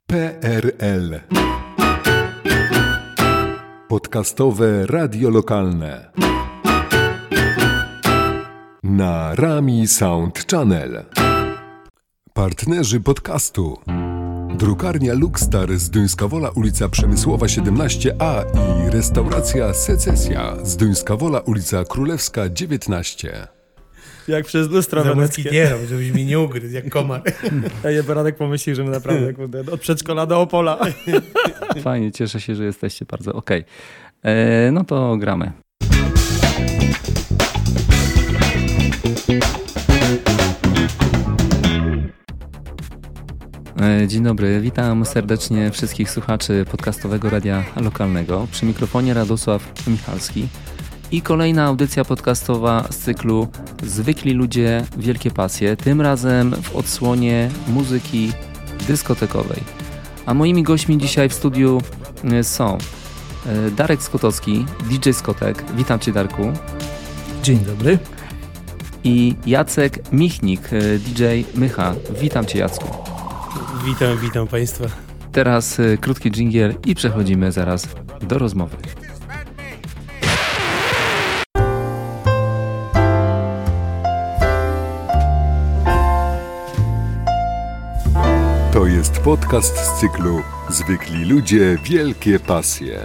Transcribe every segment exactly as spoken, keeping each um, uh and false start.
P R L. Podcastowe radio lokalne. Na Rami Sound Channel. Partnerzy podcastu: Drukarnia Luxstar z Duńska Wola, ulica Przemysłowa siedemnaście A i restauracja Secesja z Duńska Wola, ulica Królewska dziewiętnaście. Jak przez lustro weneckie. Nie robię, żebyś mi nie ugryzł, jak komar. A nie, Baranek pomyśli, że my naprawdę od przedszkola do Opola. Fajnie, cieszę się, że jesteście bardzo okej. Okay. No to gramy. Dzień dobry, witam serdecznie wszystkich słuchaczy podcastowego radia lokalnego. Przy mikrofonie Radosław Michalski i kolejna audycja podcastowa z cyklu Zwykli ludzie, wielkie pasje, tym razem w odsłonie muzyki dyskotekowej. A moimi gośćmi dzisiaj w studiu są Darek Skotowski, D J Skotek. Witam Cię, Darku. Dzień dobry. I Jacek Michnik, D J Mycha. Witam Cię, Jacku. Witam, witam Państwa. Teraz krótki dżingiel i przechodzimy zaraz do rozmowy. To jest podcast z cyklu Zwykli ludzie, wielkie pasje.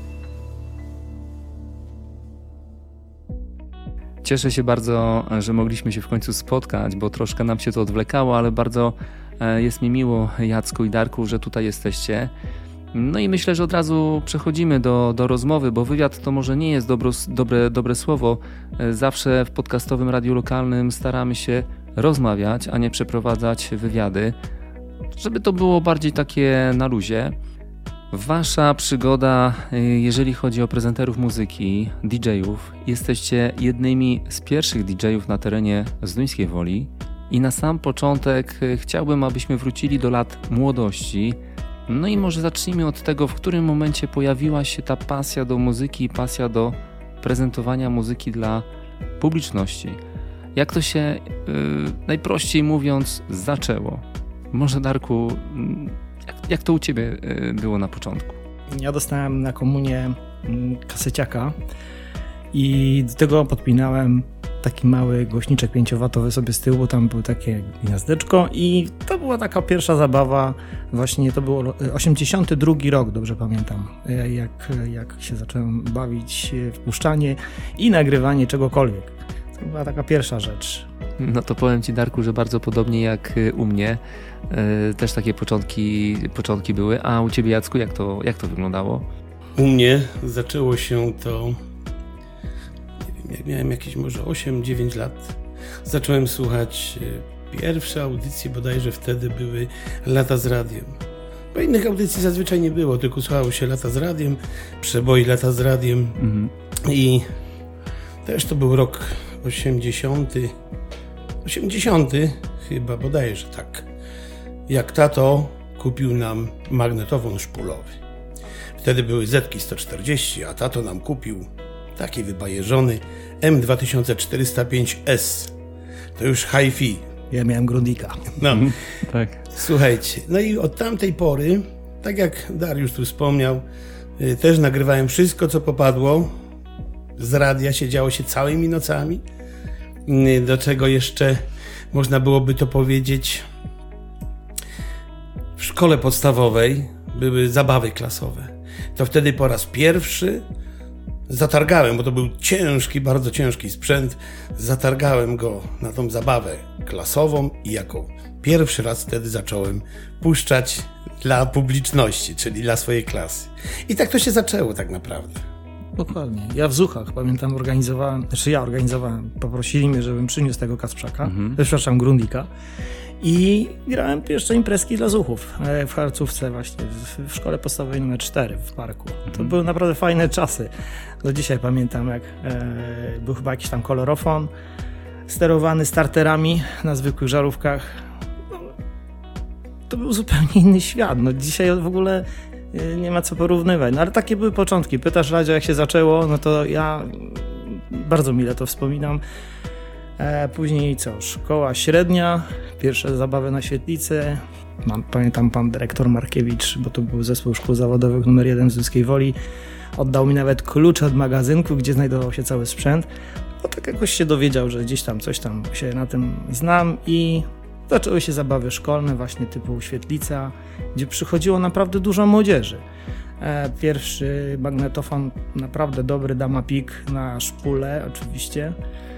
Cieszę się bardzo, że mogliśmy się w końcu spotkać, bo troszkę nam się to odwlekało, ale bardzo jest mi miło, Jacku i Darku, że tutaj jesteście. No i myślę, że od razu przechodzimy do, do rozmowy, bo wywiad to może nie jest dobro, dobre, dobre słowo. Zawsze w podcastowym radiu lokalnym staramy się rozmawiać, a nie przeprowadzać wywiady, żeby to było bardziej takie na luzie. Wasza przygoda, jeżeli chodzi o prezenterów muzyki, D J-ów, jesteście jednymi z pierwszych D J-ów na terenie Zduńskiej Woli. I na sam początek chciałbym, abyśmy wrócili do lat młodości. No i może zacznijmy od tego, w którym momencie pojawiła się ta pasja do muzyki i pasja do prezentowania muzyki dla publiczności. Jak to się, yy, najprościej mówiąc, zaczęło? Może, Darku, jak, jak to u Ciebie yy, było na początku? Ja dostałem na komunię kaseciaka i do tego podpinałem taki mały głośniczek pięciowatowy sobie z tyłu, tam było takie gniazdeczko i to była taka pierwsza zabawa. Właśnie to było osiemdziesiąty drugi rok, dobrze pamiętam, jak, jak się zacząłem bawić w puszczanie i nagrywanie czegokolwiek. To była taka pierwsza rzecz. No to powiem Ci, Darku, że bardzo podobnie jak u mnie, yy, też takie początki, początki były. A u Ciebie, Jacku, jak to, jak to wyglądało? U mnie zaczęło się to, nie wiem, jak miałem jakieś może osiem dziewięć lat. Zacząłem słuchać pierwsze audycje, bodajże wtedy były Lata z radiem. Bo innych audycji zazwyczaj nie było, tylko słuchało się Lata z radiem, przeboi Lata z radiem. Mhm. I też to był rok osiemdziesiąty, osiemdziesiąty chyba, bodajże tak. Jak tato kupił nam magnetofon szpulowy. Wtedy były Zetki sto czterdzieści, a tato nam kupił taki wybajeżony M dwa tysiące czterysta pięć S. To już hi-fi. Ja miałem Grundika. No, mm, tak. Słuchajcie, no i od tamtej pory, tak jak Dariusz tu wspomniał, y, też nagrywałem wszystko, co popadło. Z radia siedziało się całymi nocami. Y, do czego jeszcze można byłoby to powiedzieć, w szkole podstawowej były zabawy klasowe. To wtedy po raz pierwszy zatargałem, bo to był ciężki, bardzo ciężki sprzęt, zatargałem go na tą zabawę klasową i jako pierwszy raz wtedy zacząłem puszczać dla publiczności, czyli dla swojej klasy. I tak to się zaczęło tak naprawdę. Dokładnie. Ja w Zuchach, pamiętam, organizowałem, znaczy ja organizowałem, poprosili mnie, żebym przyniósł tego Kasprzaka, mhm. przepraszam, Grundika. I grałem pierwsze imprezki dla Zuchów w Harcówce właśnie, w szkole podstawowej numer cztery w parku. To mhm. były naprawdę fajne czasy. Do dzisiaj pamiętam, jak e, był chyba jakiś tam kolorofon sterowany starterami na zwykłych żarówkach. No, to był zupełnie inny świat. No, dzisiaj w ogóle e, nie ma co porównywać. No, ale takie były początki. Pytasz, Radio, jak się zaczęło, no to ja bardzo mile to wspominam. E, później co? Szkoła średnia, pierwsze zabawy na świetlicy, Pamiętam pan dyrektor Markiewicz, bo to był zespół szkół zawodowych numer jeden w Zduńskiej Woli. Oddał mi nawet klucze od magazynku, gdzie znajdował się cały sprzęt. Bo tak jakoś się dowiedział, że gdzieś tam coś tam się na tym znam i zaczęły się zabawy szkolne właśnie typu Świetlica, gdzie przychodziło naprawdę dużo młodzieży. Pierwszy magnetofon naprawdę dobry, Damapik na szpulę oczywiście.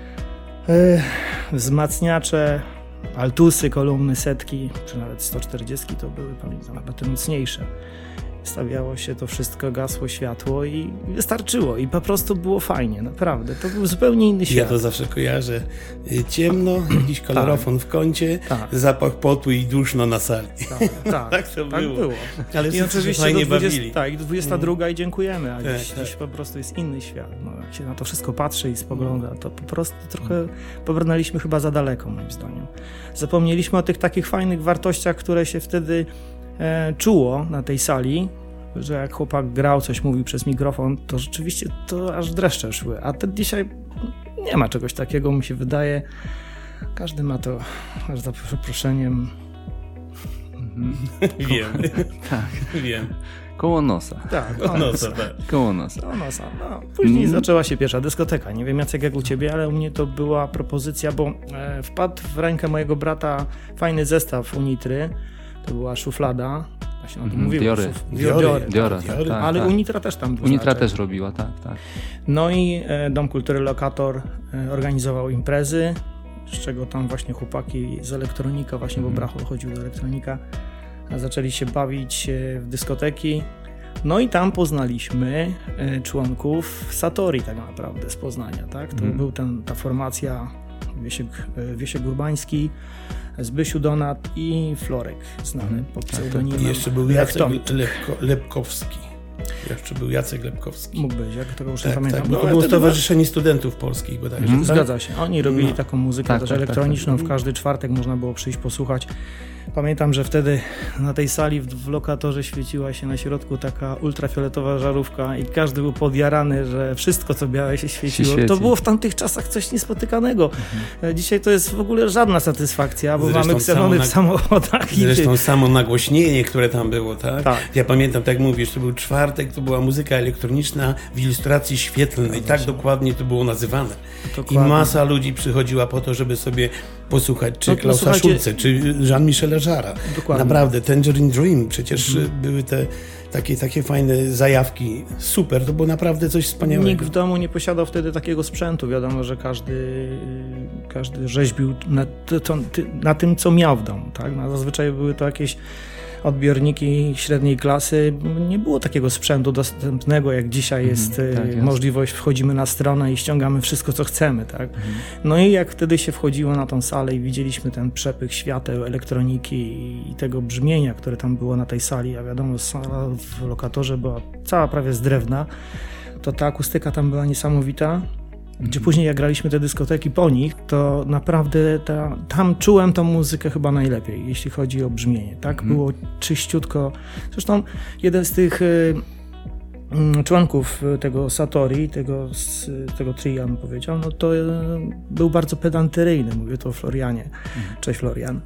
Wzmacniacze, altusy, kolumny, setki, czy nawet sto czterdzieści to były, pamiętam, nawet te mocniejsze. Stawiało się to wszystko, gasło światło i wystarczyło i po prostu było fajnie, naprawdę. To był zupełnie inny świat. Ja to zawsze kojarzę. Ciemno, jakiś kolorofon tak. w kącie, tak. zapach potu i duszno na sali. Tak, tak, tak to tak było. było. Ale I oczywiście fajnie do dwudziestej, bawili. Tak, i do dwudziestej drugiej mm. i dziękujemy, a dziś, tak, dziś po prostu jest inny świat. No, jak się na to wszystko patrzy i spogląda, to po prostu trochę pobrnęliśmy chyba za daleko, moim zdaniem. Zapomnieliśmy o tych takich fajnych wartościach, które się wtedy e, czuło na tej sali, że jak chłopak grał, coś mówił przez mikrofon, to rzeczywiście to aż dreszcze szły. A ten dzisiaj nie ma czegoś takiego, mi się wydaje. Każdy ma to, aż za przeproszeniem. Wiem. Tak. Wiem. Koło nosa. Tak, koło nosa. Tak. Koło nosa. Koło nosa. No, później mm. zaczęła się pierwsza dyskoteka. Nie wiem, Jacek, jak u ciebie, ale u mnie to była propozycja, bo e, wpadł w rękę mojego brata fajny zestaw Unitry. To była szuflada. Właśnie mm, mówił, Diory. Szuf... Diory. Diory. Diory. Tak, tak, ale tak. Unitra też tam była. Unitra też robiła, tak, tak. No i e, Dom Kultury Lokator e, organizował imprezy, z czego tam właśnie chłopaki z elektronika, właśnie mm. bo Brachol chodził do elektronika, a zaczęli się bawić e, w dyskoteki. No i tam poznaliśmy e, członków Satori tak naprawdę z Poznania, tak? To mm. był ten, ta formacja Wiesiek, e, Wiesiek Urbański, Zbysiu Donat i Florek znany mm. pod pseudonimem. I jeszcze był Jacek Lepko, Lepkowski. Jeszcze był Jacek Lepkowski. Mógł być, jak tego już tak, nie pamiętam. Tak, no, było Stowarzyszenie Studentów Polskich bodajże. Mm. Zgadza się. Oni robili no. taką muzykę tak, też tak, elektroniczną. tak, tak. W każdy czwartek można było przyjść posłuchać. Pamiętam, że wtedy na tej sali w, w lokatorze świeciła się na środku taka ultrafioletowa żarówka i każdy był podjarany, że wszystko co białe się świeciło. Się to było w tamtych czasach coś niespotykanego. Mhm. Dzisiaj to jest w ogóle żadna satysfakcja, bo zresztą mamy ksenony nag... w samochodach. Zresztą i... samo nagłośnienie, które tam było, tak? tak? Ja pamiętam, tak mówisz, to był czwartek, to była muzyka elektroniczna w ilustracji świetlnej. Tak dokładnie to było nazywane. Dokładnie. I masa ludzi przychodziła po to, żeby sobie posłuchać czy no, Klausa no, Schulze, czy Jean-Michela Jarre'a. Dokładnie. Naprawdę, Tangerine Dream, przecież mhm. były te takie, takie fajne zajawki. Super, to było naprawdę coś wspaniałego. Nikt w domu nie posiadał wtedy takiego sprzętu. Wiadomo, że każdy, każdy rzeźbił na, to, na tym, co miał w domu. Tak? No, zazwyczaj były to jakieś odbiorniki średniej klasy. Nie było takiego sprzętu dostępnego, jak dzisiaj jest mm, tak jest. możliwość, wchodzimy na stronę i ściągamy wszystko, co chcemy. Tak? Mm. No i jak wtedy się wchodziło na tą salę i widzieliśmy ten przepych świateł, elektroniki i tego brzmienia, które tam było na tej sali, a wiadomo, sala w lokatorze była cała prawie z drewna, to ta akustyka tam była niesamowita. Gdzie później jak graliśmy te dyskoteki po nich, to naprawdę ta, tam czułem tą muzykę chyba najlepiej, jeśli chodzi o brzmienie, tak? Mm. Było czyściutko. Zresztą jeden z tych y, y, członków tego Satori, tego, z, tego Trian powiedział, no to y, był bardzo pedanteryjny, mówię to o Florianie. Mm. Cześć Florian.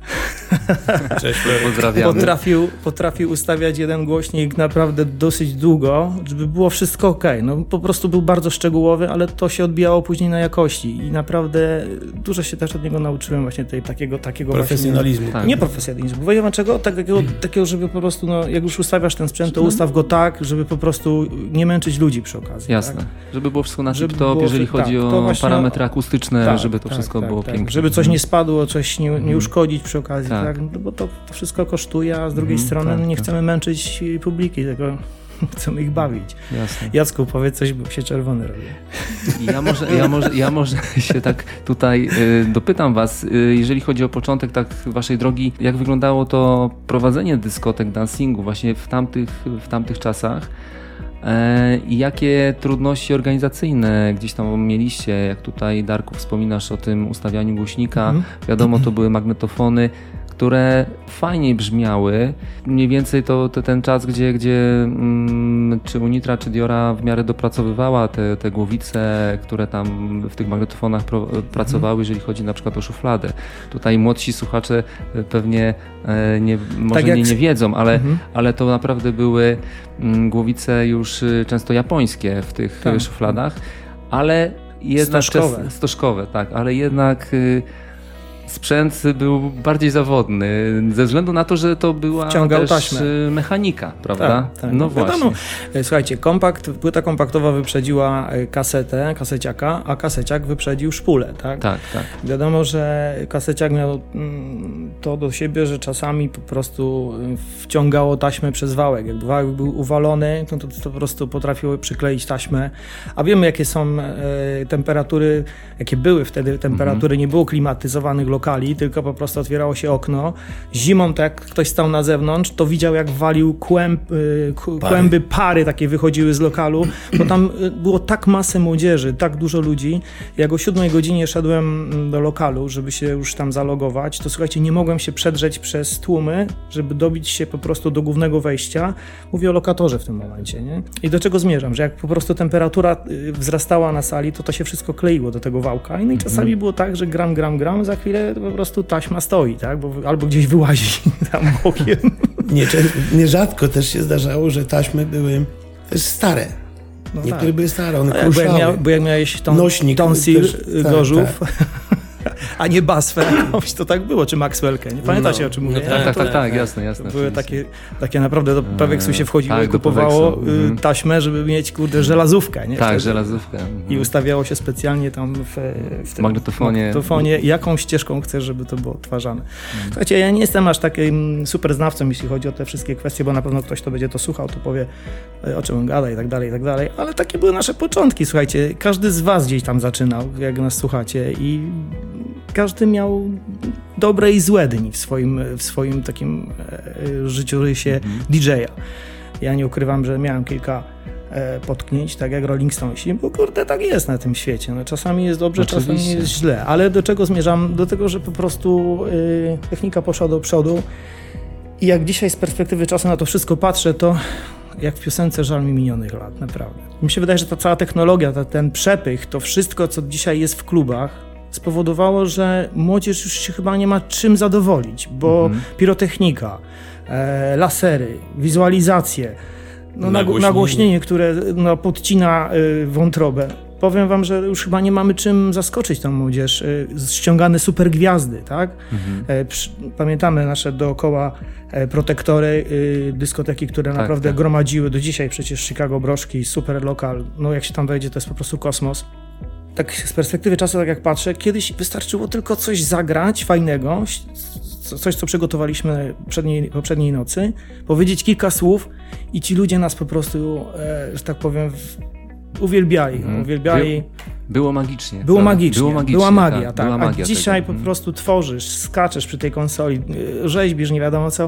Cześć Florian. Pozdrawiamy. Potrafił, potrafił ustawiać jeden głośnik naprawdę dosyć długo, żeby było wszystko okej. No po prostu był bardzo szczegółowy, ale to się odbijało później na jakości i naprawdę dużo się też od niego nauczyłem właśnie tej, takiego, takiego profesjonalizmu. Właśnie, tak. Nie profesjonalizmu. Bo czego? Takiego, takiego, żeby po prostu, no, jak już ustawiasz ten sprzęt, to ustaw go tak, żeby po prostu nie męczyć ludzi przy okazji. Jasne. Tak? Żeby było wszystko na tip-top, jeżeli chodzi tak, o właśnie, parametry akustyczne, tak, żeby to tak, wszystko tak, było tak, piękne. Żeby coś nie spadło, coś nie, nie uszkodzić przy okazji, tak. Tak. No bo to, to wszystko kosztuje, a z drugiej mm, strony tak, nie tak. chcemy męczyć publiki, tylko chcemy ich bawić. Jasne. Jacku, powiedz coś, bo się czerwony robi. Ja może, ja może, ja może się tak tutaj y, dopytam was, y, jeżeli chodzi o początek tak waszej drogi, jak wyglądało to prowadzenie dyskotek, dancingu właśnie w tamtych, w tamtych czasach? I jakie trudności organizacyjne gdzieś tam mieliście, jak tutaj Darku wspominasz o tym ustawianiu głośnika, mm. wiadomo to były magnetofony. które fajnie brzmiały. Mniej więcej to, to ten czas, gdzie, gdzie mm, czy Unitra, czy Diora w miarę dopracowywała te, te głowice, które tam w tych magnetofonach pro, pracowały, mm. jeżeli chodzi na przykład o szufladę. Tutaj młodsi słuchacze pewnie e, nie, może tak nie, nie wiedzą, ale, mm-hmm. ale to naprawdę były mm, głowice już często japońskie w tych tak. szufladach, ale jednak stożkowe. Czas, stożkowe, tak, ale jednak y, sprzęt był bardziej zawodny, ze względu na to, że to była Wciągał też taśmę. mechanika, prawda? Tak, tak. No właśnie. Wiadomo, słuchajcie, kompakt, płyta kompaktowa wyprzedziła kasetę, kaseciaka, a kaseciak wyprzedził szpulę, tak? Tak, tak. Wiadomo, że kaseciak miał to do siebie, że czasami po prostu wciągało taśmę przez wałek. Jakby wałek był uwalony, to, to, to po prostu potrafiło przykleić taśmę. A wiemy, jakie są e, temperatury, jakie były wtedy temperatury, mhm. nie było klimatyzowanych lokali, tylko po prostu otwierało się okno. Zimą, tak jak ktoś stał na zewnątrz, to widział, jak walił kłęb, y, kłęby pary takie wychodziły z lokalu, bo tam było tak masę młodzieży, tak dużo ludzi. Jak o siódmej godzinie szedłem do lokalu, żeby się już tam zalogować, to słuchajcie, nie mogłem się przedrzeć przez tłumy, żeby dobić się po prostu do głównego wejścia. Mówię o lokatorze w tym momencie, nie? I do czego zmierzam? Że jak po prostu temperatura wzrastała na sali, to to się wszystko kleiło do tego wałka. No i czasami mhm. było tak, że gram, gram, gram, za chwilę po prostu taśma stoi, tak? Bo, albo gdzieś wyłazi tam bokiem. Nie, nierzadko też się zdarzało, że taśmy były też stare. No niektóre tak. były stare, one kruszały. Bo jak, miał, bo jak miałeś tą, Nośnik tonsil też, Gorzów, tak, tak. a nie Basfę jakąś, to tak było, czy Maxwellkę. Nie pamiętacie, no, o czym mówię? No tak, tak, tak, tak, jasne, jasne. Były takie, takie naprawdę do Peweksu się wchodziło tak, i kupowało mhm. taśmę, żeby mieć, kurde, żelazówkę. Nie? Tak, Wtedy. żelazówkę. Mhm. I ustawiało się specjalnie tam w, w tym magnetofonie. magnetofonie, jaką ścieżką chcesz, żeby to było odtwarzane. Mhm. Słuchajcie, ja nie jestem aż takim super znawcą, jeśli chodzi o te wszystkie kwestie, bo na pewno ktoś, kto będzie to słuchał, to powie, o czym on gada i tak dalej, i tak dalej, ale takie były nasze początki, słuchajcie. Każdy z was gdzieś tam zaczynał, jak nas słuchacie i każdy miał dobre i złe dni w swoim, w swoim takim e, życiorysie mm. D J a. Ja nie ukrywam, że miałem kilka e, potknięć, tak jak Rolling Stonesi, bo kurde, tak jest na tym świecie. No, czasami jest dobrze, Oczywiście. czasami jest źle, ale do czego zmierzam? Do tego, że po prostu e, technika poszła do przodu i jak dzisiaj z perspektywy czasu na to wszystko patrzę, to jak w piosence żal mi minionych lat, naprawdę. Mi się wydaje, że ta cała technologia, ta, ten przepych, to wszystko, co dzisiaj jest w klubach, spowodowało, że młodzież już się chyba nie ma czym zadowolić, bo mm-hmm. pirotechnika, e, lasery, wizualizacje, no, nagłośnienie. nagłośnienie, które no, podcina y, wątrobę. Powiem wam, że już chyba nie mamy czym zaskoczyć tą młodzież. Y, ściągane super gwiazdy, tak? Mm-hmm. E, przy, pamiętamy nasze dookoła e, protektory, y, dyskoteki, które tak, naprawdę tak. gromadziły do dzisiaj przecież Chicago Broszki, super lokal. No jak się tam wejdzie, to jest po prostu kosmos. Tak z perspektywy czasu, tak jak patrzę, kiedyś wystarczyło tylko coś zagrać fajnego, coś, co przygotowaliśmy poprzedniej, poprzedniej nocy, powiedzieć kilka słów i ci ludzie nas po prostu, e, że tak powiem, w, uwielbiali. Mm. uwielbiali. Było magicznie. Było magicznie. Było magicznie. Była magia, tak. tak. Była magia A dzisiaj tego. po prostu tworzysz, skaczesz przy tej konsoli, rzeźbisz, nie wiadomo co.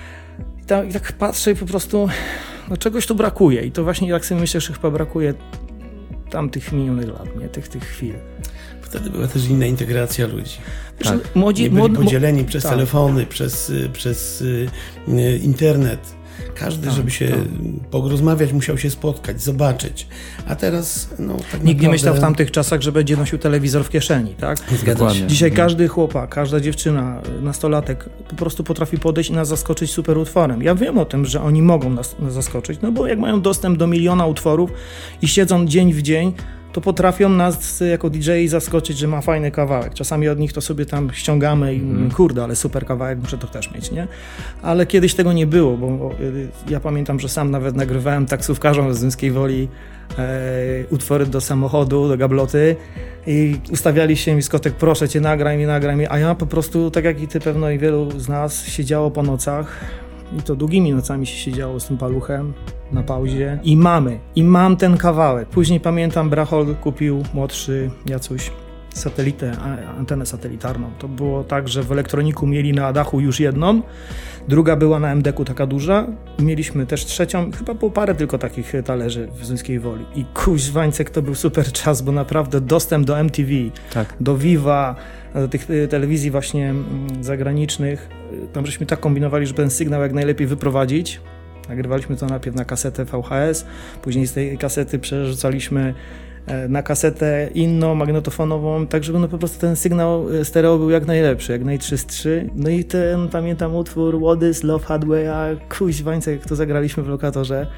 I tak, i tak patrzę i po prostu no, czegoś tu brakuje. I to właśnie tak sobie myślę, że chyba brakuje tamtych minionych lat, nie? Tych, tych chwil. Wtedy była też inna integracja ludzi. Tak. Młodzi, nie byli młod... podzieleni przez tak. telefony, przez, przez y, internet. Każdy, tak, żeby się tak. porozmawiać, musiał się spotkać, zobaczyć. A teraz, no tak naprawdę... Nikt nie myślał w tamtych czasach, że będzie nosił telewizor w kieszeni, tak? Zgadza się. Dzisiaj każdy chłopak, każda dziewczyna, nastolatek po prostu potrafi podejść i nas zaskoczyć super utworem. Ja wiem o tym, że oni mogą nas, nas zaskoczyć, no bo jak mają dostęp do miliona utworów i siedzą dzień w dzień, to potrafią nas jako D J zaskoczyć, że ma fajny kawałek. Czasami od nich to sobie tam ściągamy i mm. kurde, ale super kawałek, muszę to też mieć, nie? Ale kiedyś tego nie było, bo ja pamiętam, że sam nawet nagrywałem taksówkarzom z Dymskiej Woli e, utwory do samochodu, do gabloty i ustawiali się mi skotek, proszę cię, nagraj mi, nagraj mi, a ja po prostu, tak jak i ty pewno i wielu z nas, siedziało po nocach i to długimi nocami się siedziało z tym paluchem na pauzie i mamy, i mam ten kawałek. Później pamiętam, Brachol kupił młodszy Jacuś satelitę, antenę satelitarną. To było tak, że w elektroniku mieli na dachu już jedną, druga była na em deku taka duża i mieliśmy też trzecią, chyba było parę tylko takich talerzy w Zduńskiej Woli. I kuźwańcek to był super czas, bo naprawdę dostęp do em te ve, tak. do Viva, do tych telewizji właśnie zagranicznych, tam żeśmy tak kombinowali, żeby ten sygnał jak najlepiej wyprowadzić. Nagrywaliśmy to najpierw na kasetę V H S, później z tej kasety przerzucaliśmy na kasetę inną, magnetofonową, tak żeby no po prostu ten sygnał stereo był jak najlepszy, jak najczystszy. No i ten, pamiętam utwór What is Love Hardware, kuźwańce, jak to zagraliśmy w lokatorze.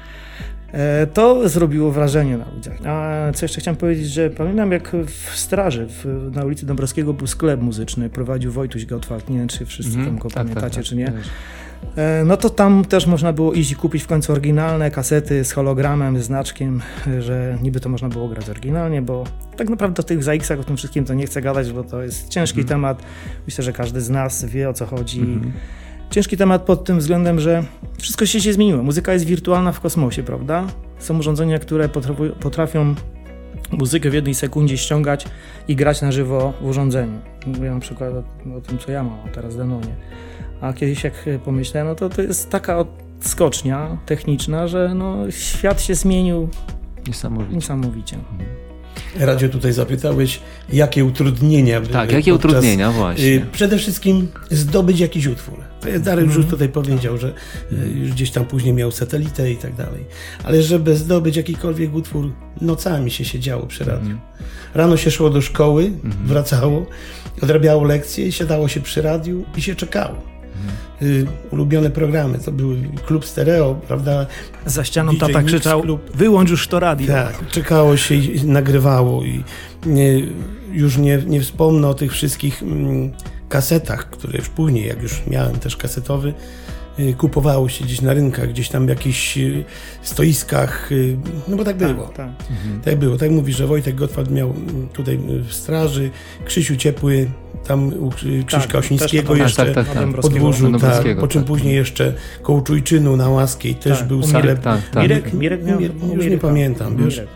To zrobiło wrażenie na ludziach. A co jeszcze chciałem powiedzieć, że pamiętam jak w Straży w, na ulicy Dąbrowskiego był sklep muzyczny, prowadził Wojtuś Gottwald, nie wiem czy wszyscy mm, tam go tak, pamiętacie, tak, czy nie. Tak. No to tam też można było iść i kupić w końcu oryginalne kasety z hologramem, z znaczkiem, że niby to można było grać oryginalnie, bo tak naprawdę o tych za iksach, o tym wszystkim to nie chcę gadać, bo to jest ciężki mm. temat. Myślę, że każdy z nas wie, o co chodzi. Mm. Ciężki temat pod tym względem, że wszystko się, się zmieniło. Muzyka jest wirtualna w kosmosie, prawda? Są urządzenia, które potrafią, potrafią muzykę w jednej sekundzie ściągać i grać na żywo w urządzeniu. Mówię na przykład o, o tym, co ja mam teraz w Denonie. A kiedyś jak pomyślałem, no to to jest taka odskocznia techniczna, że no, świat się zmienił niesamowicie. niesamowicie. Radio tutaj zapytałeś, jakie utrudnienia były. Tak, jakie podczas, utrudnienia właśnie. Przede wszystkim zdobyć jakiś utwór. Darek już mm. tutaj powiedział, że już gdzieś tam później miał satelitę i tak dalej. Ale żeby zdobyć jakikolwiek utwór, nocami się siedziało przy radiu. Mm. Rano się szło do szkoły, mm. wracało, odrabiało lekcje i siadało się przy radiu i się czekało. Y, ulubione programy, to były Klub Stereo, prawda? Za ścianą D J tata krzyczał, klub. Wyłącz już to radio. Tak, czekało się i nagrywało i nie, już nie, nie wspomnę o tych wszystkich mm, kasetach, które już później, jak już miałem też kasetowy, y, kupowało się gdzieś na rynkach, gdzieś tam w jakichś y, stoiskach, y, no bo tak było. Tak, tak. Mhm. Tak było, tak mówi, że Wojtek Gottwald miał tutaj w Straży, Krzysiu Ciepły, tam u Krzyśka tak, Osińskiego tak, jeszcze tak, tak, tak. podwórzu, tak, po czym tak. później jeszcze koło Czujczynu na Łaskiej też tak, był sklep. Tak, tak. Mirek, Mirek miał, Mir, już Mirek, nie pamiętam, Mirek. Wiesz.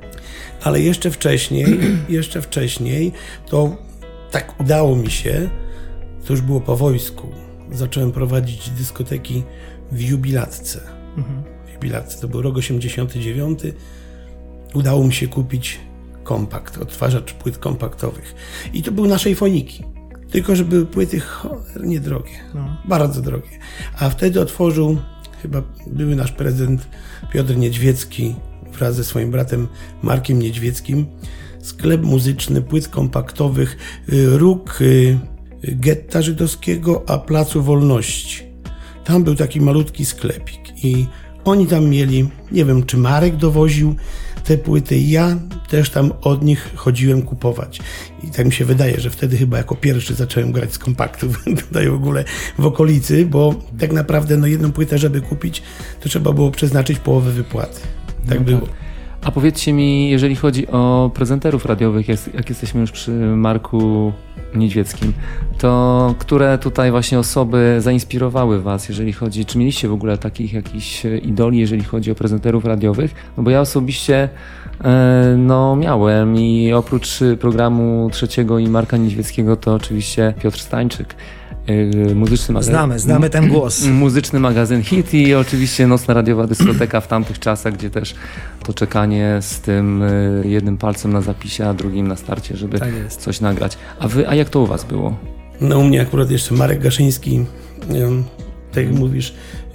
Ale jeszcze wcześniej, jeszcze wcześniej to tak udało mi się, to już było po wojsku, zacząłem prowadzić dyskoteki w Jubilatce. Mhm. W Jubilatce, to był rok osiemdziesiąty dziewiąty. Udało mi się kupić kompakt, odtwarzacz płyt kompaktowych. I to były nasze foniki. Tylko, że były płyty cholernie drogie. No. Bardzo drogie. A wtedy otworzył, chyba były nasz prezydent Piotr Niedźwiecki wraz ze swoim bratem Markiem Niedźwieckim, sklep muzyczny płyt kompaktowych róg getta żydowskiego, a Placu Wolności. Tam był taki malutki sklepik i oni tam mieli, nie wiem, czy Marek dowoził te płyty, ja też tam od nich chodziłem kupować. I tak mi się wydaje, że wtedy chyba jako pierwszy zacząłem grać z kompaktów tutaj w ogóle w okolicy, bo tak naprawdę no jedną płytę, żeby kupić, to trzeba było przeznaczyć połowę wypłaty. Tak no było. Tak. A powiedzcie mi, jeżeli chodzi o prezenterów radiowych, jak, jak jesteśmy już przy Marku Niedźwieckim, to które tutaj właśnie osoby zainspirowały was, jeżeli chodzi, czy mieliście w ogóle takich jakichś idoli, jeżeli chodzi o prezenterów radiowych? No bo ja osobiście e, no miałem i oprócz programu Trzeciego i Marka Niedźwieckiego to oczywiście Piotr Stańczyk. Muzyczny magazyn. Znamy, znamy ten głos. Muzyczny magazyn Hit i oczywiście nocna radiowa dyskoteka w tamtych czasach, gdzie też to czekanie z tym jednym palcem na zapisie, a drugim na starcie, żeby tak coś nagrać. A wy, a jak to u was było? No u mnie akurat jeszcze Marek Gaszyński, tak jak mówisz,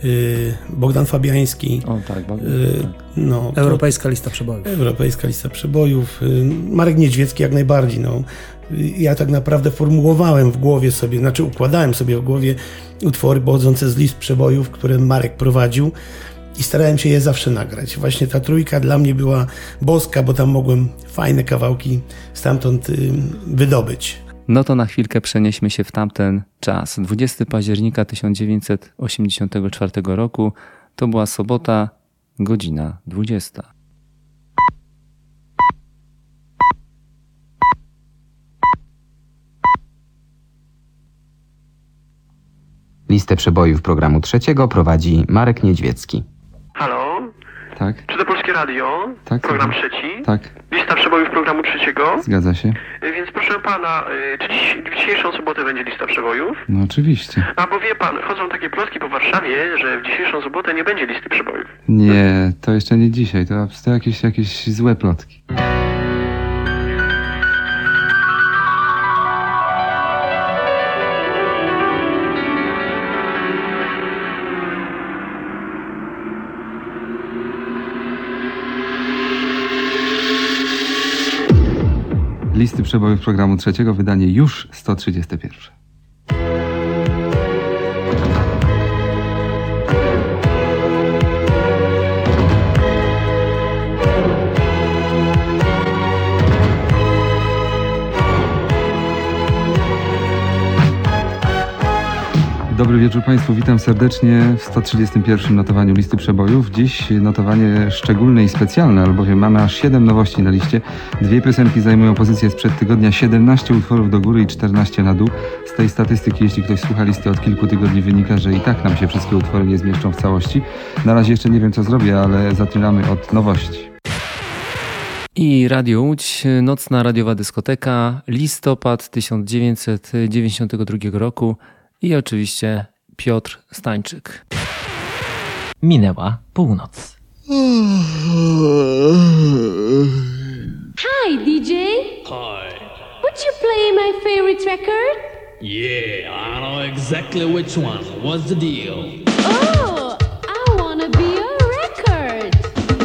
Bogdan Fabiański. O tak, Bogdan. No, Europejska lista przebojów. Europejska lista przebojów. Marek Niedźwiecki jak najbardziej. No. Ja tak naprawdę formułowałem w głowie sobie, znaczy układałem sobie w głowie utwory pochodzące z list przebojów, które Marek prowadził i starałem się je zawsze nagrać. Właśnie ta trójka dla mnie była boska, bo tam mogłem fajne kawałki stamtąd wydobyć. No to na chwilkę przenieśmy się w tamten czas. dwudziestego października tysiąc dziewięćset osiemdziesiątego czwartego roku to była sobota, godzina dwudziesta. Listę przebojów programu Trzeciego prowadzi Marek Niedźwiecki. Halo? Tak. Czy to Polskie Radio? Tak. Program tak. trzeci? Tak. Lista przebojów programu trzeciego? Zgadza się. Więc proszę pana, czy dziś, w dzisiejszą sobotę będzie lista przebojów? No oczywiście. A bo wie pan, chodzą takie plotki po Warszawie, że w dzisiejszą sobotę nie będzie listy przebojów. Nie, to jeszcze nie dzisiaj, to, to jakieś, jakieś złe plotki. Listy przebojów programu trzeciego, wydanie już sto trzydzieste pierwsze. Dobry wieczór Państwu, witam serdecznie w sto trzydziestym pierwszym notowaniu listy przebojów. Dziś notowanie szczególne i specjalne, albowiem mamy aż siedem nowości na liście. Dwie piosenki zajmują pozycję sprzed tygodnia, siedemnaście utworów do góry i czternaście na dół. Z tej statystyki, jeśli ktoś słucha listy od kilku tygodni, wynika, że i tak nam się wszystkie utwory nie zmieszczą w całości. Na razie jeszcze nie wiem, co zrobię, ale zaczynamy od nowości. I Radio Łódź, nocna radiowa dyskoteka, listopad tysiąc dziewięćset dziewięćdziesiątego drugiego roku. I oczywiście Piotr Stańczyk. Minęła północ. Hi, D J. Hi. Would you play my favorite record? Yeah, I know exactly which one. What's the deal? Oh, I wanna be a record.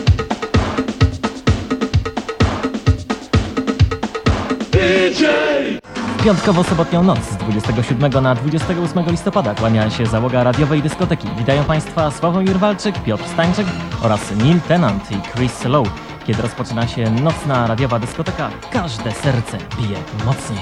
D J! Piątkowo-sobotnią noc z dwudziestego siódmego na dwudziestego ósmego listopada kłania się załoga radiowej dyskoteki. Witają Państwa Sławomir Walczyk, Piotr Stańczyk oraz Neil Tennant i Chris Lowe. Kiedy rozpoczyna się nocna radiowa dyskoteka, każde serce bije mocniej.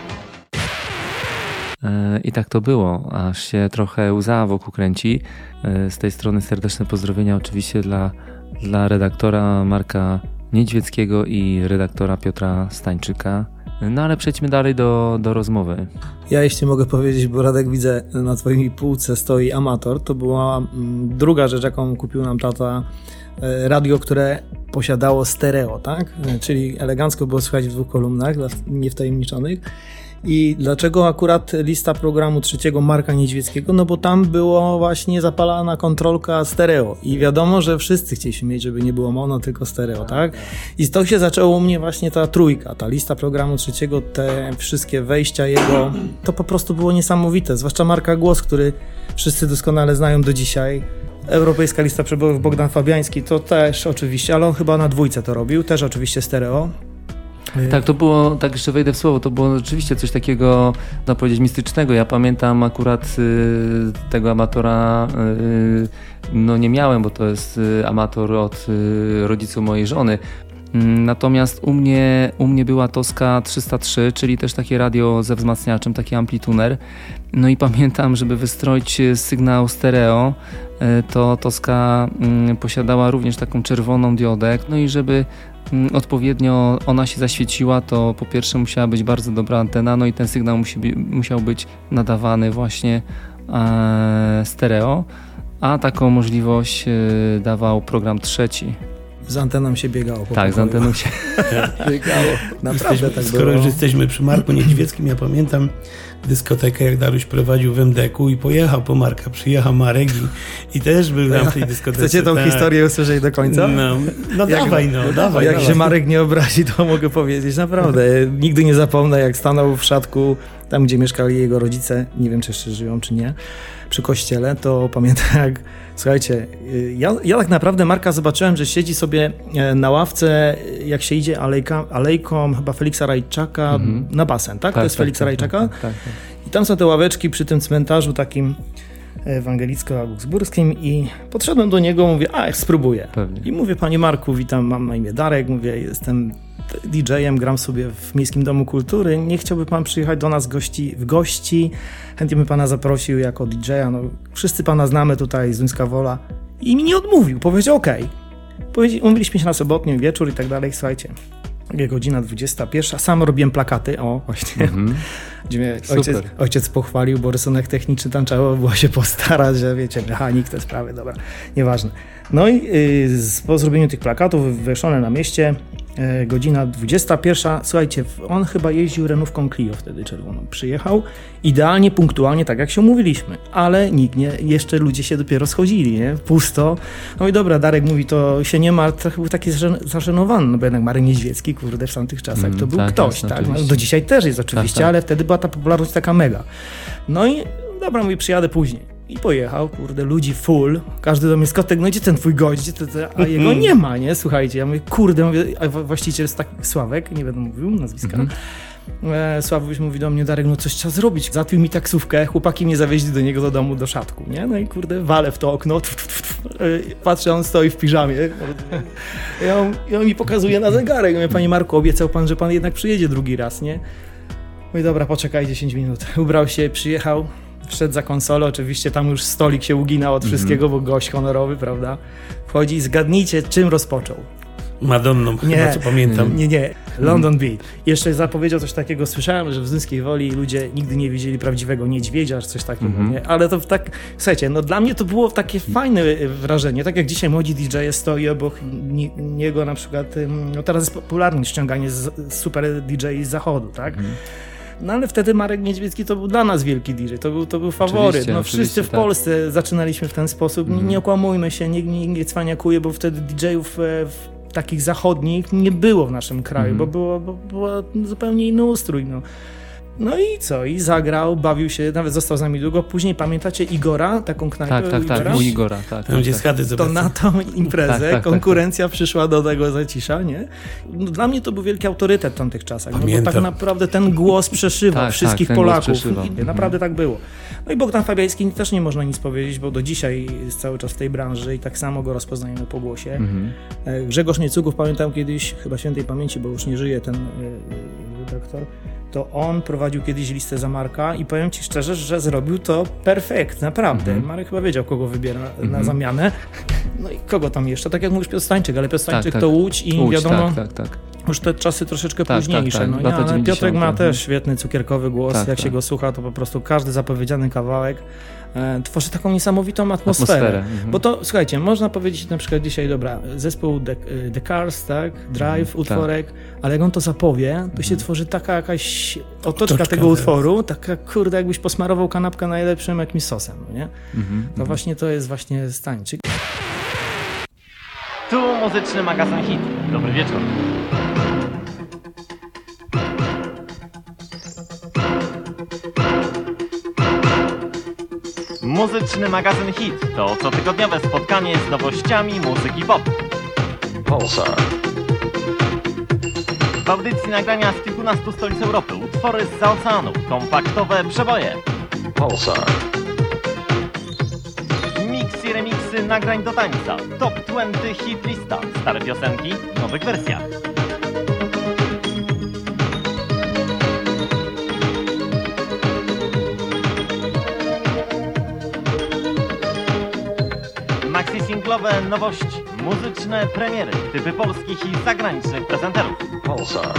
I tak to było, aż się trochę łza wokół kręci. Z tej strony serdeczne pozdrowienia oczywiście dla, dla redaktora Marka Niedźwieckiego i redaktora Piotra Stańczyka. No ale przejdźmy dalej do, do rozmowy. Ja jeśli mogę powiedzieć, bo Radek widzę na twojej półce stoi Amator, to była mm, druga rzecz, jaką kupił nam tata, e, radio, które posiadało stereo, tak? E, czyli elegancko było słychać w dwóch kolumnach, dla niewtajemniczonych. I dlaczego akurat lista programu trzeciego Marka Niedźwieckiego? No bo tam było właśnie zapalana kontrolka stereo i wiadomo, że wszyscy chcieliśmy mieć, żeby nie było mono, tylko stereo, tak? I z to się zaczęło u mnie właśnie ta trójka, ta lista programu trzeciego, te wszystkie wejścia jego, to po prostu było niesamowite, zwłaszcza Marka głos, który wszyscy doskonale znają do dzisiaj. Europejska lista przebojów Bogdan Fabiański, to też oczywiście, ale on chyba na dwójce to robił, też oczywiście stereo. Tak, to było, tak jeszcze wejdę w słowo, to było rzeczywiście coś takiego, można powiedzieć, mistycznego. Ja pamiętam akurat y, tego amatora, y, no nie miałem, bo to jest y, amator od y, rodziców mojej żony. Natomiast u mnie, u mnie była Toska trzysta trzy, czyli też takie radio ze wzmacniaczem, taki amplituner. No i pamiętam, żeby wystroić sygnał stereo, to Toska posiadała również taką czerwoną diodę. No i żeby odpowiednio ona się zaświeciła, to po pierwsze musiała być bardzo dobra antena, no i ten sygnał musi, musiał być nadawany właśnie stereo, a taką możliwość dawał program trzeci. Z anteną się biegało. Po tak, pokoju. z anteną się biegało. Naprawdę jesteśmy, tak skoro było. już jesteśmy przy Marku Niedźwieckim, ja pamiętam dyskotekę, jak Daruś prowadził w em de ku i pojechał po Marka, przyjechał Marek i, i też był tam w tej dyskotece. Chcecie tą tak. historię usłyszeć do końca? No, no Jak- dawaj, no, dawaj. Jak dawaj. się Marek nie obrazi, to mogę powiedzieć, naprawdę. Nigdy nie zapomnę, jak stanął w szatku, tam gdzie mieszkali jego rodzice, nie wiem, czy jeszcze żyją, czy nie, przy kościele, to pamiętam jak, słuchajcie, ja, ja tak naprawdę Marka zobaczyłem, że siedzi sobie na ławce, jak się idzie alejka, alejką chyba Feliksa Rajczaka mhm. na basen, tak? tak To jest tak, Feliksa tak, Rajczaka? Tak, tak, tak. I tam są te ławeczki przy tym cmentarzu takim ewangelicko-augsburskim i podszedłem do niego, mówię, a spróbuję. Pewnie. I mówię, panie Marku, witam, mam na imię Darek, mówię, jestem didżejem, gram sobie w Miejskim Domu Kultury, nie chciałby pan przyjechać do nas gości, w gości, chętnie bym pana zaprosił jako didżeja, no wszyscy pana znamy tutaj z Duńska Wola i mi nie odmówił, powiedział okej. Okay. Umówiliśmy się na sobotni wieczór i tak dalej, słuchajcie. godzina dwudziesta pierwsza. Sam robiłem plakaty, o właśnie, mm-hmm. gdzie mnie ojciec, ojciec pochwalił, bo rysunek techniczny tam trzeba było się postarać, że wiecie, mechanik, te sprawy, dobra, nieważne. No i yy, po zrobieniu tych plakatów wywieszone na mieście, yy, godzina dwudziesta pierwsza, słuchajcie, on chyba jeździł renówką Clio wtedy czerwoną, przyjechał idealnie, punktualnie, tak jak się umówiliśmy, ale nikt nie, jeszcze ludzie się dopiero schodzili, nie, pusto. No i dobra, Darek mówi, to się nie ma, trochę był taki zażenowany, no bo jednak Marek Niedźwiecki, kurde, w tamtych czasach mm, to był tak, ktoś, tak, no, do dzisiaj też jest oczywiście, tak, tak. ale wtedy była ta popularność taka mega. No i dobra, mówi, przyjadę później. I pojechał, kurde, ludzi full, każdy do mnie, Skotek, no gdzie ten twój gość, gdzie to, to, a jego nie ma, nie, słuchajcie, ja mówię, kurde, mówię, a właściciel jest taki, Sławek, nie będę mówił nazwiska, mm-hmm. e, Sławuś mówi do mnie, Darek, no coś trzeba zrobić, załatwił mi taksówkę, chłopaki mnie zawieźli do niego do domu, do Szatku, nie, no i kurde, walę w to okno, tf, tf, tf, e, patrzę, on stoi w piżamie, i on, i on mi pokazuje na zegarek, mówię, panie Marku, obiecał pan, że pan jednak przyjedzie drugi raz, nie, mówię, dobra, poczekaj dziesięć minut, ubrał się, przyjechał, wszedł za konsolę, oczywiście tam już stolik się uginał od wszystkiego, mm-hmm. bo gość honorowy, prawda? Wchodzi i zgadnijcie, czym rozpoczął. Madonną, nie, chyba co pamiętam. Nie, nie, London Beat. Jeszcze zapowiedział coś takiego, słyszałem, że w Zduńskiej Woli ludzie nigdy nie widzieli prawdziwego niedźwiedzia, czy coś takiego, mm-hmm. nie? Ale to tak, słuchajcie, no dla mnie to było takie fajne wrażenie, tak jak dzisiaj młodzi D J stoi obok niego na przykład, no teraz jest popularne ściąganie z super D J z zachodu, tak? Mm. No ale wtedy Marek Niedźwiecki to był dla nas wielki D J, to był, to był faworyt. No wszyscy w tak. Polsce zaczynaliśmy w ten sposób, mm. nie okłamujmy się, nikt nie, nie cwaniakuje, bo wtedy D J-ów w takich zachodnich nie było w naszym kraju, mm. bo było, bo było zupełnie inny ustrój. No. No i co? I zagrał, bawił się, nawet został z nami długo. Później pamiętacie Igora, taką knajpę? Tak, tak, Igora? tak, u Igora. Tak, Tam gdzie schady To na tą imprezę tak, tak, konkurencja tak, tak. przyszła do tego Zacisza, nie? No, dla mnie to był wielki autorytet w tamtych czasach, no, bo tak naprawdę ten głos przeszywał tak, wszystkich tak, Polaków. przeszywał. I naprawdę tak było. No i Bogdan Fabiański też nie można nic powiedzieć, bo do dzisiaj jest cały czas w tej branży i tak samo go rozpoznajemy po głosie. Mhm. Grzegorz Niecuków, pamiętam kiedyś, chyba świętej pamięci, bo już nie żyje ten redaktor, to on prowadził kiedyś listę za Marka i powiem ci szczerze, że zrobił to perfekt, naprawdę. Mm-hmm. Marek chyba wiedział, kogo wybiera mm-hmm. na zamianę. No i kogo tam jeszcze? Tak jak mówisz, Piotr Stańczyk, ale Piotr Stańczyk tak, to tak. Łódź i Łódź, wiadomo, tak, tak, tak. już te czasy troszeczkę tak, późniejsze. Tak, tak. No, ja, ale Piotrek ma też świetny cukierkowy głos, tak, jak tak. się go słucha, to po prostu każdy zapowiedziany kawałek e, tworzy taką niesamowitą atmosferę. atmosferę. Mm-hmm. Bo to, słuchajcie, można powiedzieć na przykład dzisiaj, dobra, zespół The, The Cars, tak, Drive, mm, utworek, tak. ale jak on to zapowie, to się mm. tworzy taka jakaś otoczka, otoczka tego utworu, taka kurde, jakbyś posmarował kanapkę najlepszym jakimś sosem, no nie? Mm-hmm, to mm-hmm. właśnie to jest właśnie Stańczyk. Tu muzyczny magazyn Hit. Dobry wieczór. Muzyczny magazyn Hit to cotygodniowe spotkanie z nowościami muzyki pop. Pulsar. W audycji nagrania z kilkunastu stolic Europy, utwory zza oceanu, kompaktowe przeboje. Pulsar. Miksy i remiksy nagrań do tańca, top dwadzieścia hit lista, stare piosenki w nowych wersjach. Maxi singlowe nowości, muzyczne premiery, typy polskich i zagranicznych prezenterów. Pulsar.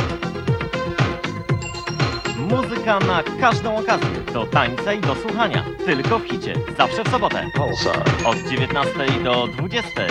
Muzyka na każdą okazję, do tańca i do słuchania. Tylko w hicie, zawsze w sobotę. Pulsar. Od dziewiętnastej do dwudziestej.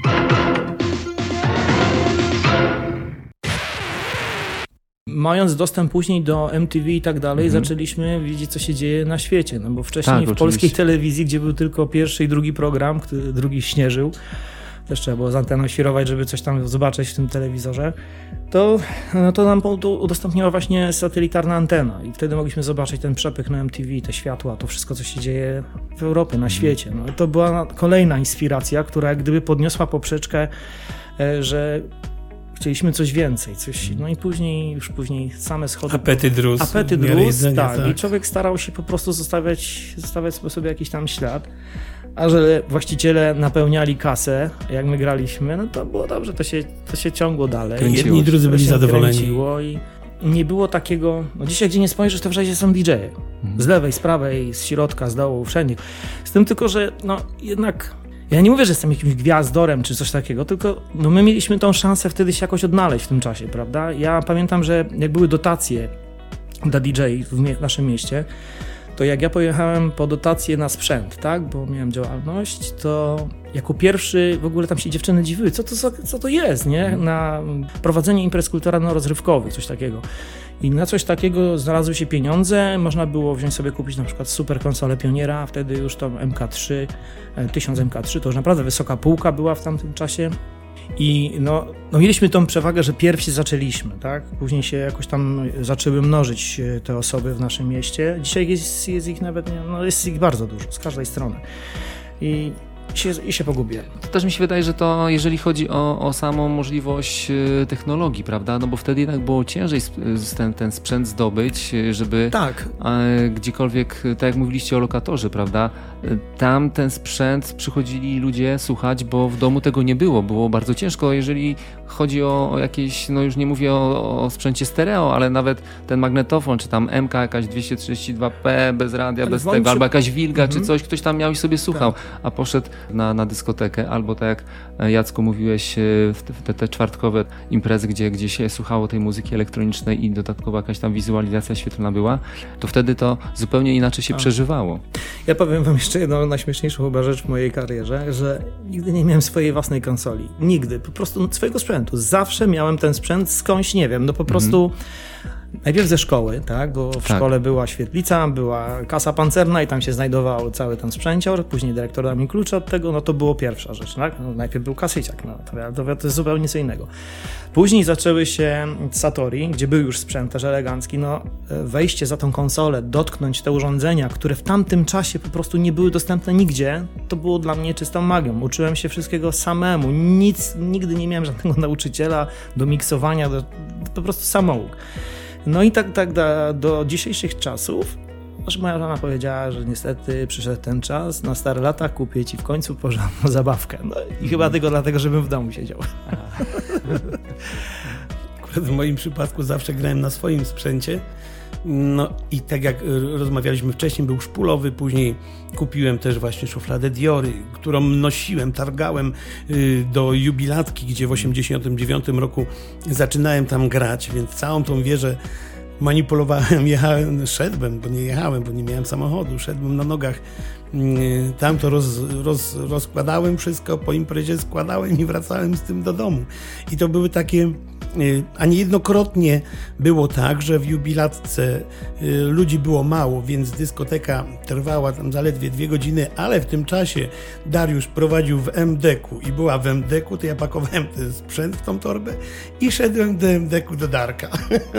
Mając dostęp później do M T V i tak dalej, mhm. zaczęliśmy widzieć, co się dzieje na świecie. No bo wcześniej tak, w polskiej telewizji, gdzie był tylko pierwszy i drugi program, który drugi śnieżył, też trzeba było z anteną świrować, żeby coś tam zobaczyć w tym telewizorze, to, no to nam udostępniła właśnie satelitarna antena i wtedy mogliśmy zobaczyć ten przepych na M T V, te światła, to wszystko, co się dzieje w Europie, na świecie. No, to była kolejna inspiracja, która jak gdyby podniosła poprzeczkę, że chcieliśmy coś więcej, coś, no i później, już później same schody. Apetyt rósł. Apetyt rósł, tak, tak. I człowiek starał się po prostu zostawiać, zostawiać po sobie jakiś tam ślad. A że właściciele napełniali kasę, jak my graliśmy, no to było dobrze, to się, to się ciągło dalej. Kręciło. Jedni i drudzy byli zadowoleni. I nie było takiego, no dzisiaj gdzie nie spojrzysz, to wszędzie są D J e. Z lewej, z prawej, z środka, z dołu, wszędzie. Z tym tylko, że no jednak Ja nie mówię, że jestem jakimś gwiazdorem czy coś takiego, tylko no my mieliśmy tą szansę wtedy się jakoś odnaleźć w tym czasie, prawda? Ja pamiętam, że jak były dotacje dla D J w, mie- w naszym mieście, to jak ja pojechałem po dotację na sprzęt, tak, bo miałem działalność, to jako pierwszy w ogóle tam się dziewczyny dziwiły, co to, co, co to jest, nie? Na prowadzenie imprez kulturalno-rozrywkowych, coś takiego. I na coś takiego znalazły się pieniądze, można było wziąć sobie, kupić na przykład super konsolę Pioniera, wtedy już tą M K trzy, tysiąc M K trzy, to już naprawdę wysoka półka była w tamtym czasie. I no, no mieliśmy tą przewagę, że pierwsi zaczęliśmy, tak? Później się jakoś tam zaczęły mnożyć te osoby w naszym mieście. Dzisiaj jest, jest ich nawet, no jest ich bardzo dużo, z każdej strony. I się, i się pogubiłem. To też mi się wydaje, że to jeżeli chodzi o, o samą możliwość technologii, prawda? No bo wtedy jednak było ciężej ten, ten sprzęt zdobyć, żeby tak. e, gdziekolwiek, tak jak mówiliście o lokatorze, prawda? Tam ten sprzęt przychodzili ludzie słuchać, bo w domu tego nie było. Było bardzo ciężko, jeżeli chodzi o, o jakieś, no już nie mówię o, o sprzęcie stereo, ale nawet ten magnetofon, czy tam M K jakaś dwieście trzydzieści dwa P bez radia, ale bez tego, przy... albo jakaś wilga, mhm. czy coś, ktoś tam miał i sobie słuchał, tak. a poszedł na, na dyskotekę, albo tak jak Jacku mówiłeś, w te, te czwartkowe imprezy, gdzie, gdzie się słuchało tej muzyki elektronicznej i dodatkowo jakaś tam wizualizacja świetlna była, to wtedy to zupełnie inaczej się a. przeżywało. Ja powiem wam jeszcze jedną najśmieszniejszą chyba rzecz w mojej karierze, że nigdy nie miałem swojej własnej konsoli. Nigdy. Po prostu swojego sprzętu. Zawsze miałem ten sprzęt skądś, nie wiem, no po prostu mm-hmm. najpierw ze szkoły, tak, bo w tak. szkole była świetlica, była kasa pancerna i tam się znajdował cały ten sprzęcior, później dyrektor dał mi klucze od tego, no to było pierwsza rzecz, tak? No, najpierw był kasyciak, no to, to, to jest zupełnie co innego. Później zaczęły się Satori, gdzie był już sprzęt też elegancki, no wejście za tą konsolę, dotknąć te urządzenia, które w tamtym czasie po prostu nie były dostępne nigdzie, to było dla mnie czystą magią. Uczyłem się wszystkiego samemu, nic, nigdy nie miałem żadnego nauczyciela do miksowania, do, po prostu samouk. No i tak, tak do, do dzisiejszych czasów, aż moja żona powiedziała, że niestety przyszedł ten czas, na stare lata kupię ci w końcu porządną zabawkę. No i chyba tylko dlatego, żebym w domu siedział. W moim przypadku zawsze grałem na swoim sprzęcie. No i tak jak rozmawialiśmy wcześniej, był szpulowy, później kupiłem też właśnie szufladę Diory, którą nosiłem, targałem do jubilatki, gdzie w osiemdziesiątym dziewiątym roku zaczynałem tam grać, więc całą tą wieżę manipulowałem, jechałem, szedłem, bo nie jechałem, bo nie miałem samochodu, szedłem na nogach, tam to roz, roz, rozkładałem wszystko, po imprezie składałem i wracałem z tym do domu. I to były takie, a niejednokrotnie było tak, że w jubilatce ludzi było mało, więc dyskoteka trwała tam zaledwie dwie godziny, ale w tym czasie Dariusz prowadził w M D K-u i była w M D K-u, to ja pakowałem ten sprzęt w tą torbę i szedłem do M D K-u do Darka.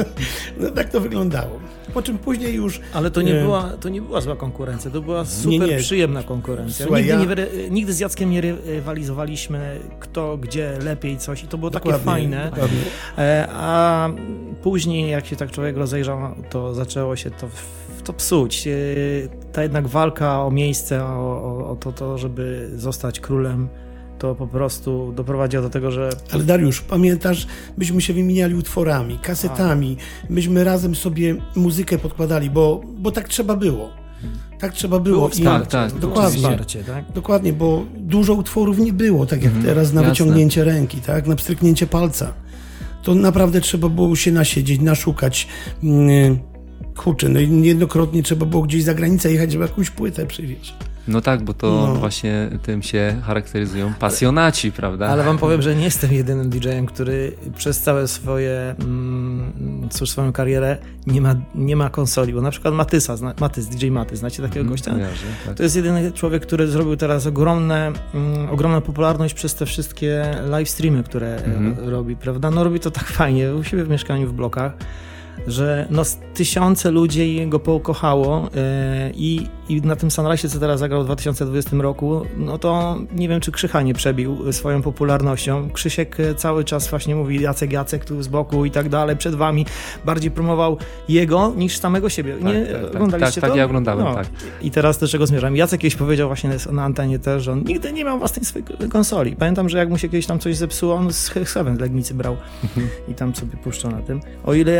No tak to wyglądało. Po czym później już... Ale to nie, e... była, to nie była zła konkurencja, to była super nie, nie. przyjemna konkurencja. Słuchaj, nigdy, ja... nie, nigdy z Jackiem nie rywalizowaliśmy, kto gdzie lepiej coś i to było dokładnie, takie fajne. Dokładnie. E, a później jak się tak człowiek rozejrzał, to zaczęło się to, to psuć. E, ta jednak walka o miejsce, o, o, o to, to, żeby zostać królem, to po prostu doprowadziło do tego, że... Ale Dariusz, pamiętasz, byśmy się wymieniali utworami, kasetami, A. myśmy razem sobie muzykę podkładali, bo, bo tak trzeba było. Tak trzeba było. Było wsparcie, I, tak, dokładnie, wsparcie, tak? Dokładnie, bo dużo utworów nie było, tak jak mhm, teraz na jasne. wyciągnięcie ręki, tak, na pstryknięcie palca. To naprawdę trzeba było się nasiedzieć, naszukać. Yy, kurczę, no i niejednokrotnie trzeba było gdzieś za granicę jechać, żeby jakąś płytę przywieźć. No tak, bo to no. właśnie tym się charakteryzują pasjonaci, prawda? Ale wam powiem, że nie jestem jedynym D J-em, który przez całe swoje, mm, cóż, swoją karierę nie ma, nie ma konsoli, bo na przykład Matysa, Matys, D J Matys, znacie takiego mm, gościa? Kojarzę, tak. To jest jedyny człowiek, który zrobił teraz ogromne, mm, ogromną popularność przez te wszystkie live streamy, które mm. robi, prawda? No robi to tak fajnie, u siebie w mieszkaniu, w blokach, że no, tysiące ludzi go pokochało yy, i, i na tym Sunrise, co teraz zagrał w dwa tysiące dwudziestym roku, no to nie wiem, czy Krzycha nie przebił swoją popularnością. Krzysiek cały czas właśnie mówi Jacek, Jacek tu z boku i tak dalej, przed wami. Bardziej promował jego niż samego siebie. Nie tak, tak, oglądaliście tak, to? Tak, ja oglądałem, no. tak. I teraz do czego zmierzam? Jacek kiedyś powiedział właśnie na antenie też, że on nigdy nie miał własnej swojej konsoli. Pamiętam, że jak mu się kiedyś tam coś zepsuło, on z Seven z Legnicy brał i tam sobie puszczał na tym. O ile Jacek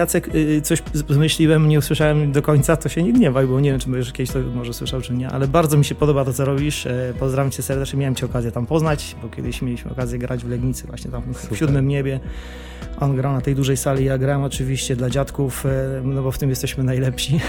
y, coś zmyśliłem, nie usłyszałem do końca, to się nie gniewaj, bo nie wiem, czy już kiedyś to może słyszał, czy nie, ale bardzo mi się podoba to, co robisz. E, pozdrawiam cię serdecznie, miałem cię okazję tam poznać, bo kiedyś mieliśmy okazję grać w Legnicy, właśnie tam w Siódmym Niebie. On grał na tej dużej sali, ja grałem oczywiście dla dziadków, e, no bo w tym jesteśmy najlepsi.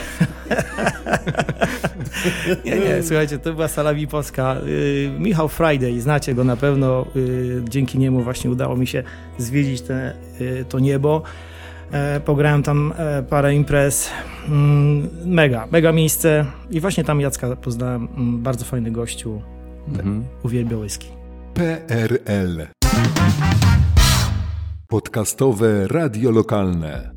nie, nie, słuchajcie, to była sala Wipowska. Y, Michał Friday, znacie go na pewno, y, dzięki niemu właśnie udało mi się zwiedzić te, y, to niebo. E, pograłem tam e, parę imprez, mm, mega, mega miejsce i właśnie tam Jacka poznałem, mm, bardzo fajny gościu, mhm. uwielbia whisky. P R L Podcastowe radio lokalne.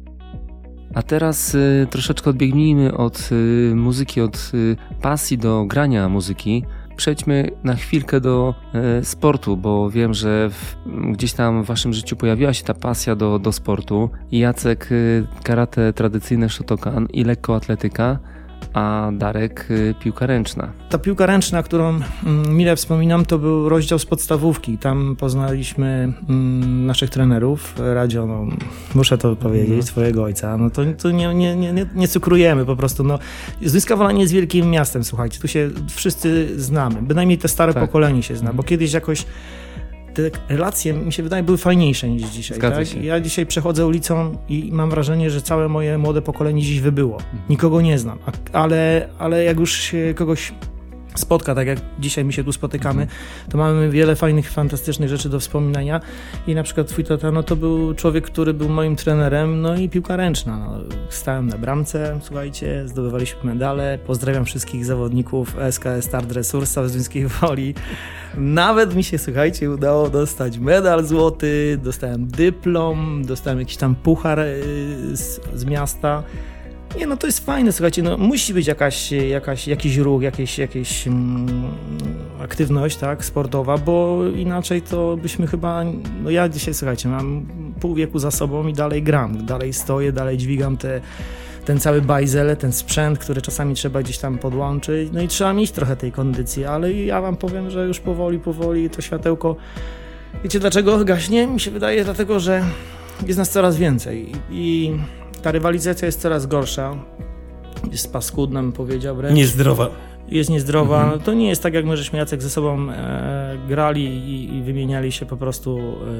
A teraz y, troszeczkę odbiegnijmy od y, muzyki, od y, pasji do grania muzyki. Przejdźmy na chwilkę do y, sportu, bo wiem, że w, gdzieś tam w waszym życiu pojawiła się ta pasja do, do sportu. I Jacek y, karate tradycyjne Shotokan i lekkoatletyka, a Darek y, piłka ręczna. Ta piłka ręczna, którą mm, mile wspominam, to był rozdział z podstawówki. Tam poznaliśmy mm, naszych trenerów. Radzio, no, muszę to powiedzieć, no. swojego ojca. No to, to nie, nie, nie, nie cukrujemy po prostu. No. Zduńska Wola nie jest wielkim miastem, słuchajcie. Tu się wszyscy znamy. Bynajmniej te stare tak. pokolenie się zna, mm. bo kiedyś jakoś te relacje, mi się wydaje, były fajniejsze niż dzisiaj. Tak? Ja dzisiaj przechodzę ulicą i mam wrażenie, że całe moje młode pokolenie dziś wybyło. Nikogo nie znam, ale, ale jak już się kogoś spotka, tak jak dzisiaj my się tu spotykamy, to mamy wiele fajnych, fantastycznych rzeczy do wspominania i na przykład twój tata, no to był człowiek, który był moim trenerem, no i piłka ręczna. No, stałem na bramce, słuchajcie, zdobywaliśmy medale, pozdrawiam wszystkich zawodników S K S Start Resursa w Zduńskiej Woli. Nawet mi się, słuchajcie, udało dostać medal złoty, dostałem dyplom, dostałem jakiś tam puchar z, z miasta. Nie, no to jest fajne, słuchajcie, no musi być jakaś, jakaś, jakiś ruch, jakieś, jakieś mm, aktywność, tak, sportowa, bo inaczej to byśmy chyba, no ja dzisiaj, słuchajcie, mam pół wieku za sobą i dalej gram, dalej stoję, dalej dźwigam te, ten cały bajzel, ten sprzęt, który czasami trzeba gdzieś tam podłączyć, no i trzeba mieć trochę tej kondycji, ale ja wam powiem, że już powoli, powoli to światełko, wiecie dlaczego gaśnie? Mi się wydaje, dlatego, że jest nas coraz więcej i ta rywalizacja jest coraz gorsza, jest paskudna, bym powiedział wręcz. Niezdrowa. Jest niezdrowa. Mhm. To nie jest tak, jak my żeśmy Jacek ze sobą e, grali i, i wymieniali się po prostu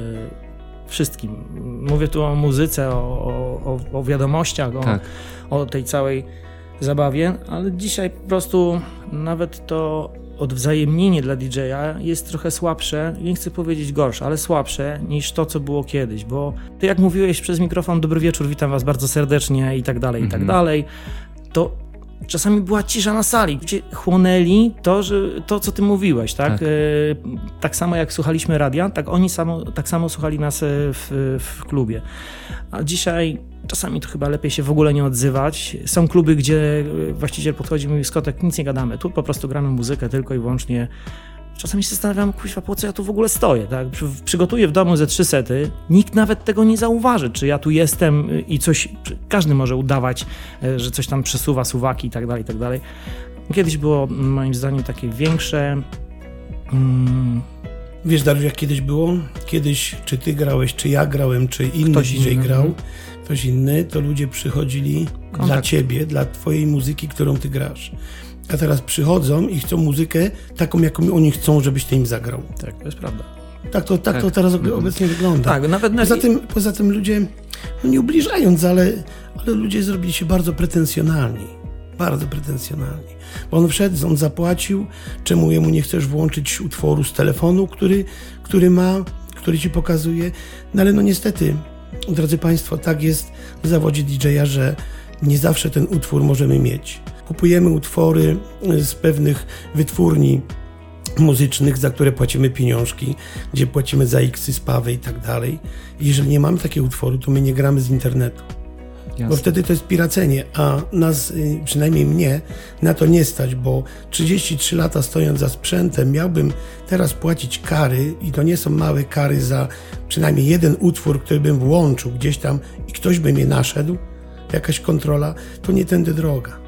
e, wszystkim. Mówię tu o muzyce, o, o, o wiadomościach, o, tak. o tej całej zabawie, ale dzisiaj po prostu nawet to odwzajemnienie dla D J a jest trochę słabsze, nie chcę powiedzieć gorsze, ale słabsze niż to, co było kiedyś, bo ty jak mówiłeś przez mikrofon, dobry wieczór, witam was bardzo serdecznie i tak dalej, mm-hmm. i tak dalej, to czasami była cisza na sali, gdzie chłonęli to, że, to co ty mówiłeś, tak? Tak. E, tak samo jak słuchaliśmy radia, tak oni samo, tak samo słuchali nas w, w klubie. A dzisiaj czasami to chyba lepiej się w ogóle nie odzywać. Są kluby, gdzie właściciel podchodzi i mówi, Skotek, nic nie gadamy, tu po prostu gramy muzykę tylko i wyłącznie. Czasami się zastanawiam, kuźwa, po co ja tu w ogóle stoję, tak? Przygotuję w domu ze trzy sety, nikt nawet tego nie zauważy, czy ja tu jestem i coś, każdy może udawać, że coś tam przesuwa suwaki i tak dalej, i tak dalej. Kiedyś było moim zdaniem takie większe... Mm... Wiesz, Dariusz, jak kiedyś było? Kiedyś, czy ty grałeś, czy ja grałem, czy inny ktoś D J inny. grał, ktoś inny, to ludzie przychodzili Kontakt. dla ciebie, dla twojej muzyki, którą ty grasz. A teraz przychodzą i chcą muzykę taką, jaką oni chcą, żebyś ty im zagrał. Tak, to jest prawda. Tak to, tak tak. to teraz obecnie wygląda. Tak, nawet poza, tym, poza tym ludzie, no nie ubliżając, ale, ale ludzie zrobili się bardzo pretensjonalni. Bardzo pretensjonalni. Bo on wszedł, on zapłacił, czemu jemu nie chcesz włączyć utworu z telefonu, który, który ma, który ci pokazuje. No ale no niestety, drodzy Państwo, tak jest w zawodzie D J a, że nie zawsze ten utwór możemy mieć. Kupujemy utwory z pewnych wytwórni muzycznych, za które płacimy pieniążki, gdzie płacimy za iksy, spawy i tak dalej. Jeżeli nie mamy takiego utworu, to my nie gramy z internetu. Jasne. Bo wtedy to jest piracenie, a nas, przynajmniej mnie, na to nie stać, bo trzydzieści trzy lata stojąc za sprzętem, miałbym teraz płacić kary i to nie są małe kary za przynajmniej jeden utwór, który bym włączył gdzieś tam i ktoś by mnie naszedł, jakaś kontrola, to nie tędy droga.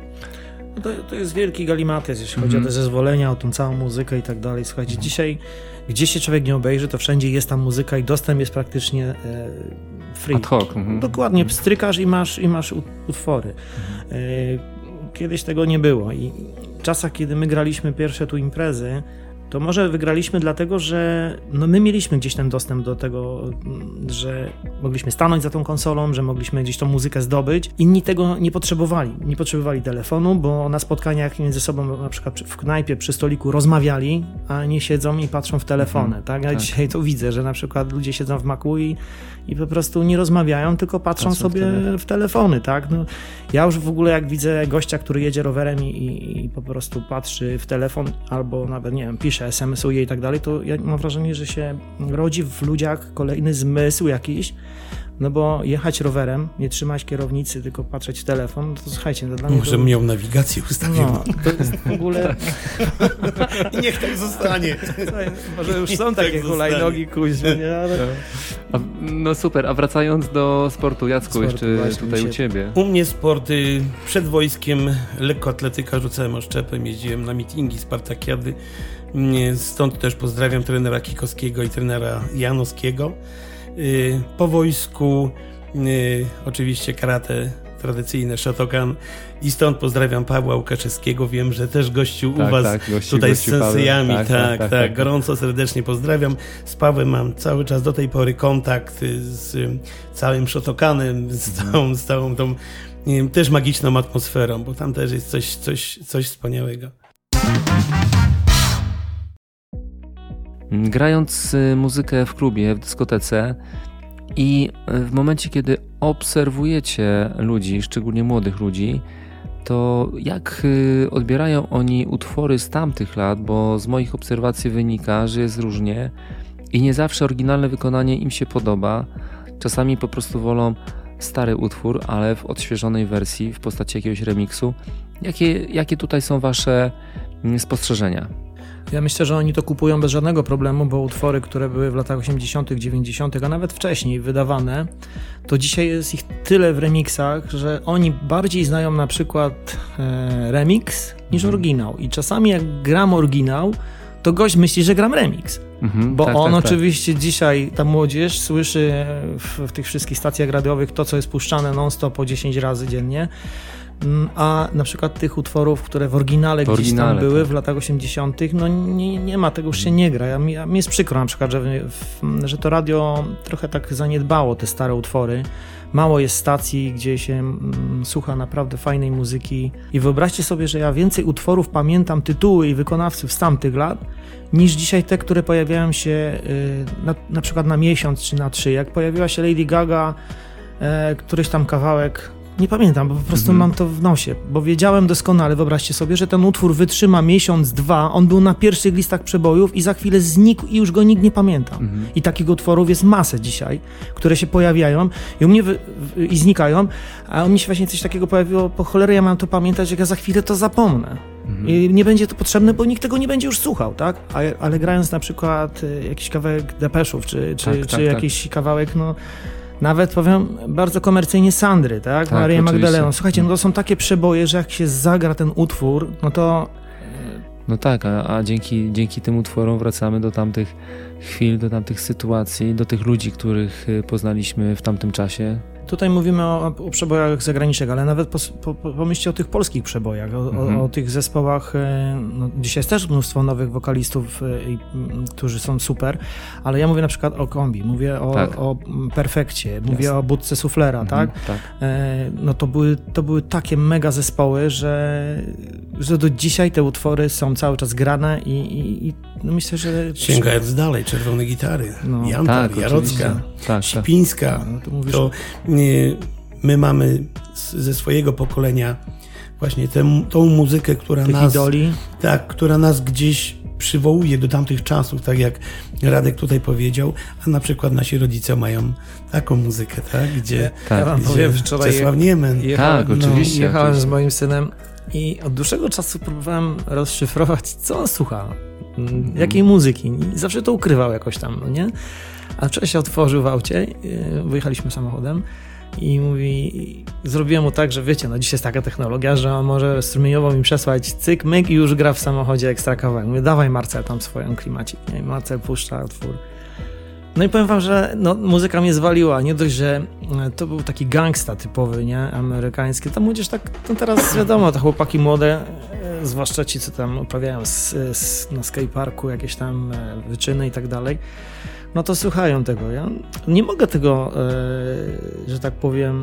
No to, to jest wielki galimatyz, jeśli chodzi mm-hmm. o te zezwolenia, o tą całą muzykę i tak dalej. Słuchajcie, mm-hmm. dzisiaj, gdzie się człowiek nie obejrzy, to wszędzie jest tam muzyka i dostęp jest praktycznie e, free. Ad hoc. Mhm. Dokładnie, strykasz i masz, i masz utwory. Mhm. Kiedyś tego nie było i w czasach, kiedy my graliśmy pierwsze tu imprezy, to może wygraliśmy dlatego, że no my mieliśmy gdzieś ten dostęp do tego, że mogliśmy stanąć za tą konsolą, że mogliśmy gdzieś tą muzykę zdobyć. Inni tego nie potrzebowali. Nie potrzebowali telefonu, bo na spotkaniach między sobą, na przykład w knajpie przy stoliku rozmawiali, a nie siedzą i patrzą w telefony. Mhm, tak? Ja tak. dzisiaj to widzę, że na przykład ludzie siedzą w maku i, i po prostu nie rozmawiają, tylko patrzą, patrzą sobie w, telefon. w telefony. Tak? No, ja już w ogóle jak widzę gościa, który jedzie rowerem i, i, i po prostu patrzy w telefon albo nawet, nie wiem, pisze es em esuje i tak dalej, to ja mam wrażenie, że się rodzi w ludziach kolejny zmysł jakiś, no bo jechać rowerem, nie trzymać kierownicy, tylko patrzeć w telefon, no to słuchajcie, to dla mnie Może to... miał nawigację ustawioną. No, to jest w ogóle... I niech tak zostanie. Słuchaj, może już są takie hulajnogi, kuźwa, nie? Ale... A, no super, a wracając do sportu, Jacku, Sport, jeszcze tutaj się... u ciebie. U mnie sporty, przed wojskiem lekkoatletyka, rzucałem oszczepem, jeździłem na mityngi, spartakiady. Stąd też pozdrawiam trenera Kikowskiego i trenera Janowskiego. Po wojsku oczywiście karate tradycyjne, Shotokan, i stąd pozdrawiam Pawła Łukaszewskiego. Wiem, że też gościł tak, u was tak, gości, tutaj gości z sensejami. Tak, tak, tak, tak, tak, gorąco serdecznie pozdrawiam. Z Pawłem mam cały czas do tej pory kontakt z całym Shotokanem, z całą, z całą tą nie wiem, też magiczną atmosferą, bo tam też jest coś, coś, coś wspaniałego. Grając muzykę w klubie, w dyskotece i w momencie, kiedy obserwujecie ludzi, szczególnie młodych ludzi, to jak odbierają oni utwory z tamtych lat, bo z moich obserwacji wynika, że jest różnie i nie zawsze oryginalne wykonanie im się podoba. Czasami po prostu wolą stary utwór, ale w odświeżonej wersji, w postaci jakiegoś remiksu. Jakie, jakie tutaj są wasze spostrzeżenia? Ja myślę, że oni to kupują bez żadnego problemu, bo utwory, które były w latach osiemdziesiątych, dziewięćdziesiątych, a nawet wcześniej wydawane, to dzisiaj jest ich tyle w remixach, że oni bardziej znają na przykład e, remix niż oryginał. I czasami jak gram oryginał, to gość myśli, że gram remix. Mhm, bo tak, on tak, oczywiście tak. dzisiaj, ta młodzież słyszy w, w tych wszystkich stacjach radiowych to, co jest puszczane non-stop po dziesięć razy dziennie. A na przykład tych utworów, które w oryginale, w gdzieś oryginale, tam były tak. w latach osiemdziesiątych, no nie, nie ma, tego już się nie gra. Ja, ja, mi jest przykro na przykład, że, w, że to radio trochę tak zaniedbało te stare utwory. Mało jest stacji, gdzie się mm, słucha naprawdę fajnej muzyki. I wyobraźcie sobie, że ja więcej utworów pamiętam, tytuły i wykonawców z tamtych lat, niż dzisiaj te, które pojawiają się y, na, na przykład na miesiąc czy na trzy. Jak pojawiła się Lady Gaga, y, któryś tam kawałek, nie pamiętam, bo po prostu mm-hmm. mam to w nosie, bo wiedziałem doskonale, wyobraźcie sobie, że ten utwór wytrzyma miesiąc, dwa, on był na pierwszych listach przebojów i za chwilę znikł i już go nikt nie pamięta. Mm-hmm. I takich utworów jest masę dzisiaj, które się pojawiają i u mnie wy, w, i znikają, a u mnie się właśnie coś takiego pojawiło, po cholerę ja mam to pamiętać, jak ja za chwilę to zapomnę. Mm-hmm. I nie będzie to potrzebne, bo nikt tego nie będzie już słuchał, tak? A, ale grając na przykład jakiś kawałek Depeszów, czy, czy, tak, czy tak, jakiś tak. kawałek, no nawet powiem bardzo komercyjnie Sandry, tak? tak Marię Magdaleną. Słuchajcie, no to są takie przeboje, że jak się zagra ten utwór, no to... No tak, a, a dzięki, dzięki tym utworom wracamy do tamtych chwil, do tamtych sytuacji, do tych ludzi, których poznaliśmy w tamtym czasie. Tutaj mówimy o, o przebojach zagranicznych, ale nawet po, po, pomyślcie o tych polskich przebojach, o, mhm. o, o tych zespołach. No, dzisiaj jest też mnóstwo nowych wokalistów, y, którzy są super, ale ja mówię na przykład o Kombi, mówię o, tak. o Perfekcie, mówię Jasne. o Budce Suflera, mhm, tak? tak. E, no to były, to były takie mega zespoły, że, że do dzisiaj te utwory są cały czas grane i, i, i no myślę, że... Sięgając dalej, Czerwone Gitary, no, Jantar, tak, Jarocka, tak, Sipińska, no, to, mówisz, to my mamy ze swojego pokolenia właśnie tę, tą muzykę, która Tych nas, idoli. tak, która nas gdzieś przywołuje do tamtych czasów, tak jak Radek tutaj powiedział, a na przykład nasi rodzice mają taką muzykę, tak, gdzie, tak. Ja wam gdzie powiem, wczoraj Czesław Niemen. Tak, oczywiście. No, jechałem oczywiście. z moim synem i od dłuższego czasu próbowałem rozszyfrować, co on słucha, jakiej muzyki. I zawsze to ukrywał jakoś tam, no nie? A wczoraj się otworzył w aucie, wyjechaliśmy samochodem i mówi, zrobiłem mu tak, że wiecie, no dzisiaj jest taka technologia, że on może strumieniowo mi przesłać cyk, myk i już gra w samochodzie ekstra kawałek. Mówię, dawaj Marcel tam swoją klimacik, nie? I Marcel puszcza utwór No i powiem wam, że no, muzyka mnie zwaliła. Nie dość, że to był taki gangsta typowy, nie? Amerykański. Ta młodzież tak, no teraz wiadomo, te chłopaki młode, zwłaszcza ci, co tam uprawiają z, z, na skateparku jakieś tam wyczyny i tak dalej, no to słuchają tego. Ja nie mogę tego, e, że tak powiem,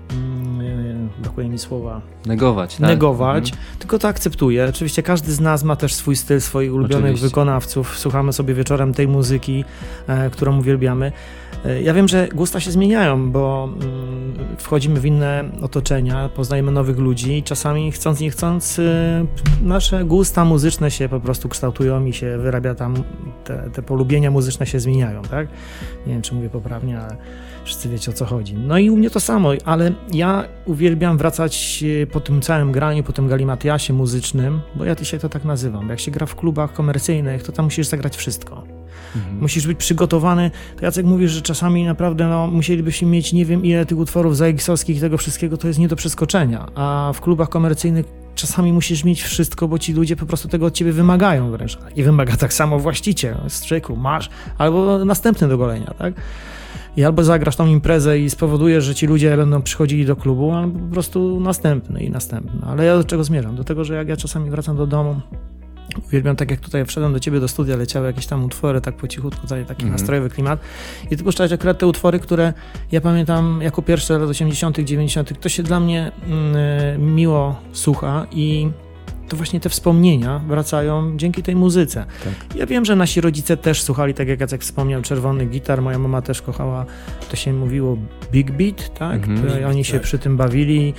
mm, brakuje mi słowa. Negować, tak? Negować, mhm. tylko to akceptuję. Oczywiście każdy z nas ma też swój styl, swoich ulubionych Oczywiście. wykonawców. Słuchamy sobie wieczorem tej muzyki, e, którą uwielbiamy. E, ja wiem, że gusta się zmieniają, bo mm, wchodzimy w inne otoczenia, poznajemy nowych ludzi i czasami chcąc nie chcąc e, nasze gusta muzyczne się po prostu kształtują i się wyrabia tam, te, te polubienia muzyczne się zmieniają, tak? Nie wiem, czy mówię poprawnie, ale wszyscy wiecie, o co chodzi. No i u mnie to samo, ale ja uwielbiam wracać po tym całym graniu, po tym galimatiasie muzycznym, bo ja dzisiaj to tak nazywam. Bo jak się gra w klubach komercyjnych, to tam musisz zagrać wszystko. Mhm. Musisz być przygotowany. To Jacek mówisz, że czasami naprawdę no, musielibyśmy mieć nie wiem ile tych utworów zaiksowskich i tego wszystkiego, to jest nie do przeskoczenia. A w klubach komercyjnych czasami musisz mieć wszystko, bo ci ludzie po prostu tego od ciebie wymagają wręcz. I wymaga tak samo właściciel. Strzyku, masz, albo następny do golenia, tak? I albo zagrasz tą imprezę i spowodujesz, że ci ludzie będą przychodzili do klubu, albo po prostu następny i następny. Ale ja do czego zmierzam? Do tego, że jak ja czasami wracam do domu, uwielbiam, tak jak tutaj wszedłem do ciebie do studia, leciały jakieś tam utwory, tak po cichutku, tutaj taki mm. nastrojowy klimat. I ty puszczałeś akurat te utwory, które ja pamiętam jako pierwsze lat osiemdziesiątych, dziewięćdziesiątych. To się dla mnie mm, miło słucha i to właśnie te wspomnienia wracają dzięki tej muzyce. Tak. Ja wiem, że nasi rodzice też słuchali, tak jak Jacek wspomniał, czerwonych gitar, moja mama też kochała, to się mówiło big beat, tak? Mm-hmm. Oni się tak. przy tym bawili.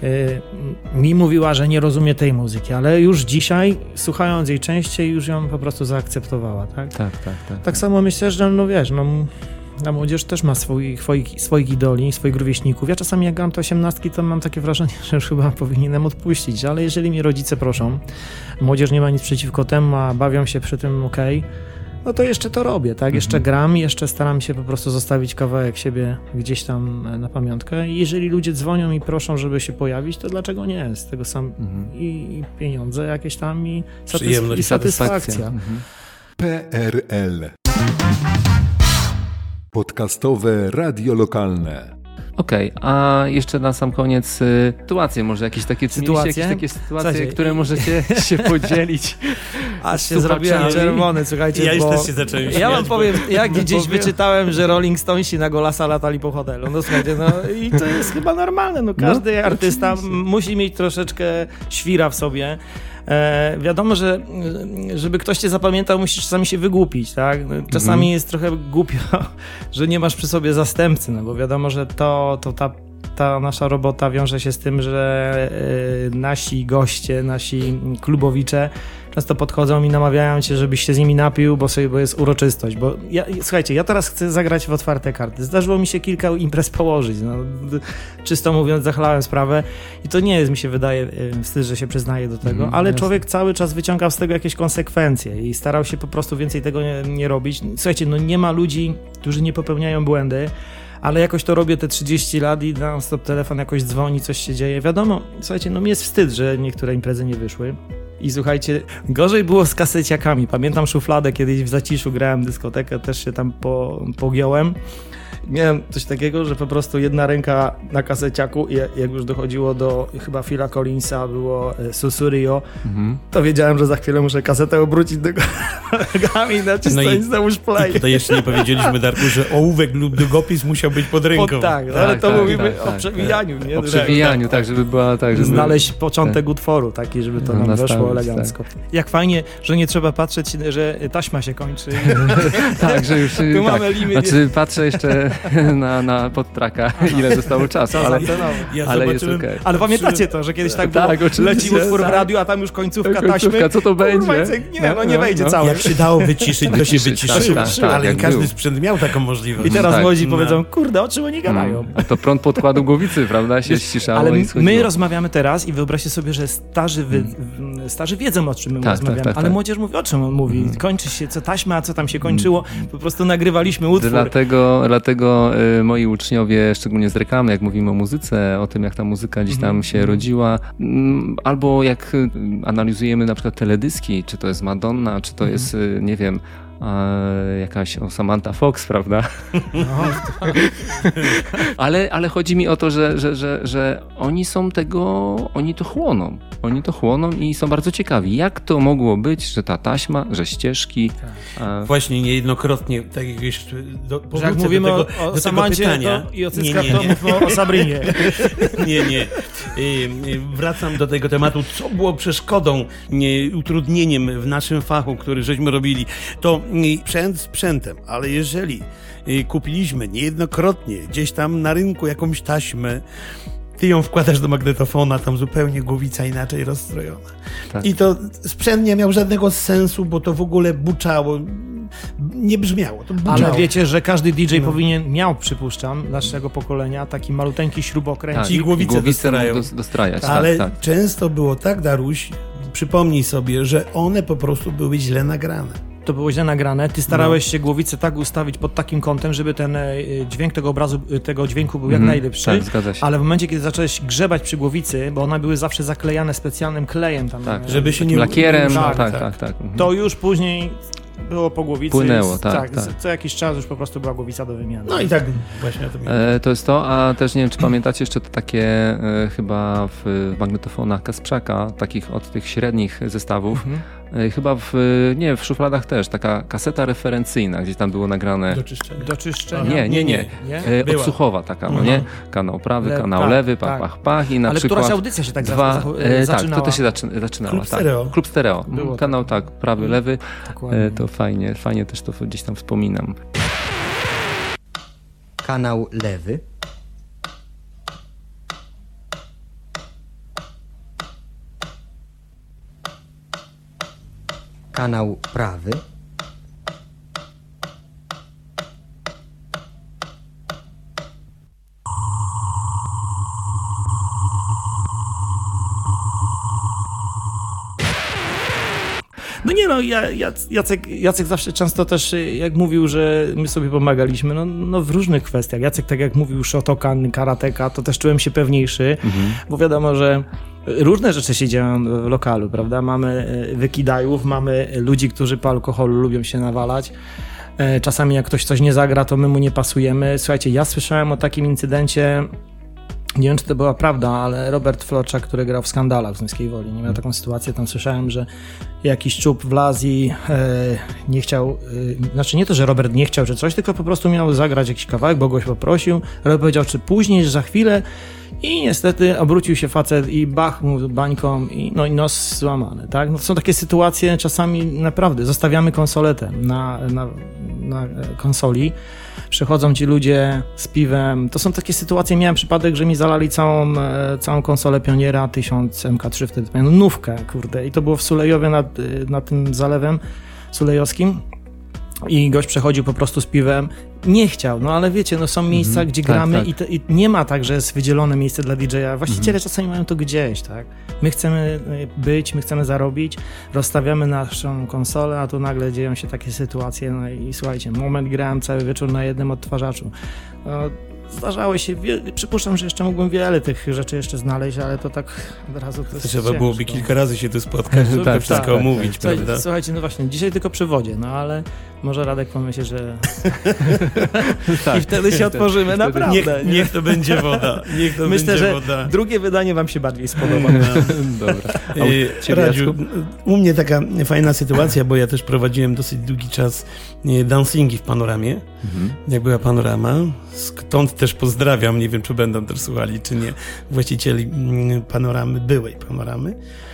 Mi mówiła, że nie rozumie tej muzyki, ale już dzisiaj, słuchając jej częściej, już ją po prostu zaakceptowała, tak? Tak, tak, tak. Tak samo myślę, że no wiesz, no ta młodzież też ma swoich, swoich, swoich idoli, swoich rówieśników. Ja czasami jak gram te osiemnastki, to mam takie wrażenie, że już chyba powinienem odpuścić, ale jeżeli mnie rodzice proszą, młodzież nie ma nic przeciwko temu, a bawią się przy tym okej, okay, no to jeszcze to robię, tak? Jeszcze mhm. gram, jeszcze staram się po prostu zostawić kawałek siebie gdzieś tam na pamiątkę i jeżeli ludzie dzwonią i proszą, żeby się pojawić, to dlaczego nie? Z tego sam mhm. i, i pieniądze jakieś tam i, satys- i satysfakcja. Mhm. P R L Podcastowe radio lokalne. Okej, okay, a jeszcze na sam koniec y, sytuacje, może jakieś takie sytuacje, jakieś takie sytuacje, słuchajcie, które możecie się podzielić. Aż się zrobiłem czerwony, słuchajcie, ja bo... już też się zacząłem Ja wam powiem, jak gdzieś wyczytałem, że Rolling Stonesi na Golasa latali po hotelu. No słuchajcie, no i to jest chyba normalne, no każdy no, artysta musi mieć troszeczkę świra w sobie. E, wiadomo, że żeby ktoś cię zapamiętał, musisz czasami się wygłupić, tak? Czasami mhm. jest trochę głupio, że nie masz przy sobie zastępcy, no bo wiadomo, że to, to ta, ta nasza robota wiąże się z tym, że y, nasi goście, nasi klubowicze często podchodzą i namawiają cię, żebyś się z nimi napił, bo, sobie, bo jest uroczystość. Bo ja, słuchajcie, ja teraz chcę zagrać w otwarte karty. Zdarzyło mi się kilka imprez położyć. No, czysto mówiąc, zachlałem sprawę i to nie jest, mi się wydaje, wstyd, że się przyznaję do tego, mm, ale jasne. Człowiek cały czas wyciągał z tego jakieś konsekwencje i starał się po prostu więcej tego nie, nie robić. Słuchajcie, no nie ma ludzi, którzy nie popełniają błędy, ale jakoś to robię te trzydzieści lat i non stop telefon jakoś dzwoni, coś się dzieje. Wiadomo, słuchajcie, no mi jest wstyd, że niektóre imprezy nie wyszły. I słuchajcie, gorzej było z kaseciakami. Pamiętam szufladę, kiedyś w Zaciszu grałem dyskotekę, też się tam po, pogiąłem. Miałem coś takiego, że po prostu jedna ręka na kaseciaku i jak już dochodziło do chyba Phila Collinsa, było Susurio, mhm. to wiedziałem, że za chwilę muszę kasetę obrócić do nogami i nacisnąć no załóż play. Tutaj jeszcze nie powiedzieliśmy, Darku, że ołówek lub długopis musiał być pod ręką. Pod, tak, tak, ale to tak, mówimy tak, o przewijaniu. Tak, nie? O przewijaniu, tak, tak, żeby była tak, żeby... Znaleźć początek tak. utworu taki, żeby to no, nam weszło elegancko. Tak. Jak fajnie, że nie trzeba patrzeć, że taśma się kończy. tak, że już... Tu tak. mamy limit. Znaczy patrzę jeszcze na, na podtraka, ile zostało czasu, ale, ja ale jest okej. Okay. Ale pamiętacie to, że kiedyś tak było, tak, leci utwór w radiu, a tam już końcówka, końcówka taśmy. Co to będzie? Kurwa, nie, no nie no, wejdzie no. całe. Jak się dało wyciszyć, to się wyciszyło. Tak, tak, tak, ale każdy był. Sprzęt miał taką możliwość. I teraz tak, młodzi no. powiedzą, kurde, o czym oni gadają? A to prąd podkładu głowicy, prawda, się ściszało ale i schodziło. my rozmawiamy teraz i wyobraźcie sobie, że starzy, wy, hmm. starzy wiedzą, o czym my tak, rozmawiamy, tak, tak, ale tak. młodzież mówi, o czym on mówi. Hmm. Kończy się, co taśma, a co tam się kończyło. Po prostu nagrywaliśmy utwór. Dlatego, dlatego y, moi uczniowie, szczególnie z reklamy, jak mówimy o muzyce, o tym, jak ta muzyka gdzieś tam się rodziła, albo jak analizujemy na przykład teledyski, czy to jest Madonna, czy to jest, nie wiem, e, jakaś o, Samantha Fox, prawda? No. ale, ale chodzi mi o to, że, że, że, że oni są tego, oni to chłoną. Oni to chłoną i są bardzo ciekawi. Jak to mogło być, że ta taśma, że ścieżki... Tak. Właśnie niejednokrotnie, tak jak jeszcze do, że jak mówimy do tego, o, o do Samancie pytania, to, i o cyckach, to mówmy o Sabrinie. Nie, nie. Wracam do tego tematu, co było przeszkodą, nie, utrudnieniem w naszym fachu, który żeśmy robili. To sprzęt sprzętem, ale jeżeli kupiliśmy niejednokrotnie gdzieś tam na rynku jakąś taśmę, ty ją wkładasz do magnetofona, tam zupełnie głowica inaczej rozstrojona. Tak. I to sprzęt nie miał żadnego sensu, bo to w ogóle buczało, nie brzmiało. To buczało. Ale wiecie, że każdy D J no. powinien, miał, przypuszczam, naszego pokolenia, taki maluteńki śrubokręcik. Tak, i głowicę dostrają. Do, dostrajać. Ale tak, tak. często było tak, Daruś, przypomnij sobie, że one po prostu były źle nagrane. To było źle nagrane, ty starałeś no. się głowicę tak ustawić pod takim kątem, żeby ten dźwięk tego obrazu, tego dźwięku był jak mm, najlepszy, tak, zgadza się. Ale w momencie, kiedy zacząłeś grzebać przy głowicy, bo one były zawsze zaklejane specjalnym klejem tam, tak, żeby się nie... lakierem, tak, tak, tak, tak, tak. To już później było po głowicy. Płynęło, i, tak, tak, tak. Co jakiś czas już po prostu była głowica do wymiany. No i tak właśnie to miałem. E, to jest to, a też nie wiem, czy pamiętacie jeszcze to takie e, chyba w magnetofonach Kasprzaka, takich od tych średnich zestawów, mhm. e, chyba w, nie w szufladach też, taka kaseta referencyjna, gdzie tam było nagrane... Do czyszczenia. Do czyszczenia. Nie, nie, nie. nie? E, odsłuchowa taka, mhm. no nie? Kanał prawy, Le, kanał tak, lewy, pach, tak. pach, pach i na Ale przykład... któraś audycja się tak dwa, za, za, e, zaczynała. Tak, to też się zaczyna, zaczynała. Klub tak. stereo. Klub stereo. Było Kanał tak. tak, prawy, lewy. Dokładnie. To fajnie, fajnie też to gdzieś tam wspominam. Kanał lewy. Kanał prawy. No nie no, ja, Jacek, Jacek zawsze często też, jak mówił, że my sobie pomagaliśmy, no, no w różnych kwestiach. Jacek, tak jak mówił, Shotokan, karateka, to też czułem się pewniejszy, mhm. bo wiadomo, że różne rzeczy się dzieją w lokalu, prawda? Mamy wykidajów, mamy ludzi, którzy po alkoholu lubią się nawalać. Czasami jak ktoś coś nie zagra, to my mu nie pasujemy. Słuchajcie, ja słyszałem o takim incydencie, nie wiem, czy to była prawda, ale Robert Floczak, który grał w Skandalach z Miejskiej Woli, nie miał taką sytuację, tam słyszałem, że jakiś czub wlazł i e, nie chciał, e, znaczy nie to, że Robert nie chciał czy coś, tylko po prostu miał zagrać jakiś kawałek, bo goś poprosił, Robert powiedział, czy później, że za chwilę i niestety obrócił się facet i bach mu bańką i, no, i nos złamany, tak? No, są takie sytuacje, czasami naprawdę zostawiamy konsoletę na, na, na konsoli, przychodzą ci ludzie z piwem. To są takie sytuacje, miałem przypadek, że mi zalali całą, całą konsolę Pioniera tysiąc M K trzy, wtedy pamiętam, nówkę, kurde. I to było w Sulejowie nad, nad tym zalewem sulejowskim. I gość przechodził po prostu z piwem. Nie chciał, no ale wiecie, no są miejsca, mm-hmm, gdzie tak, gramy tak. I, to, i nie ma tak, że jest wydzielone miejsce dla D J a. Właściciele mm-hmm. czasami mają to gdzieś, tak? My chcemy być, my chcemy zarobić, rozstawiamy naszą konsolę, a tu nagle dzieją się takie sytuacje, no i słuchajcie, moment grałem cały wieczór na jednym odtwarzaczu. No, zdarzały się, przypuszczam, że jeszcze mógłbym wiele tych rzeczy jeszcze znaleźć, ale to tak od razu to jest Trzeba ciężko. byłoby kilka razy się tu spotkać, żeby tak, wszystko tak, omówić, tak, prawda? Słuchajcie, no właśnie, dzisiaj tylko przy wodzie, no ale może Radek pomyśli, że tak, i wtedy się otworzymy, naprawdę. Niech, niech to będzie woda. Niech to Myślę, będzie że woda. drugie wydanie wam się bardziej spodoba. Dobra. E, Radziu, u mnie taka fajna sytuacja, bo ja też prowadziłem dosyć długi czas dancingi w Panoramie, mhm. jak była Panorama, stąd też pozdrawiam, nie wiem, czy będą też słuchali, czy nie, właścicieli Panoramy, byłej Panoramy.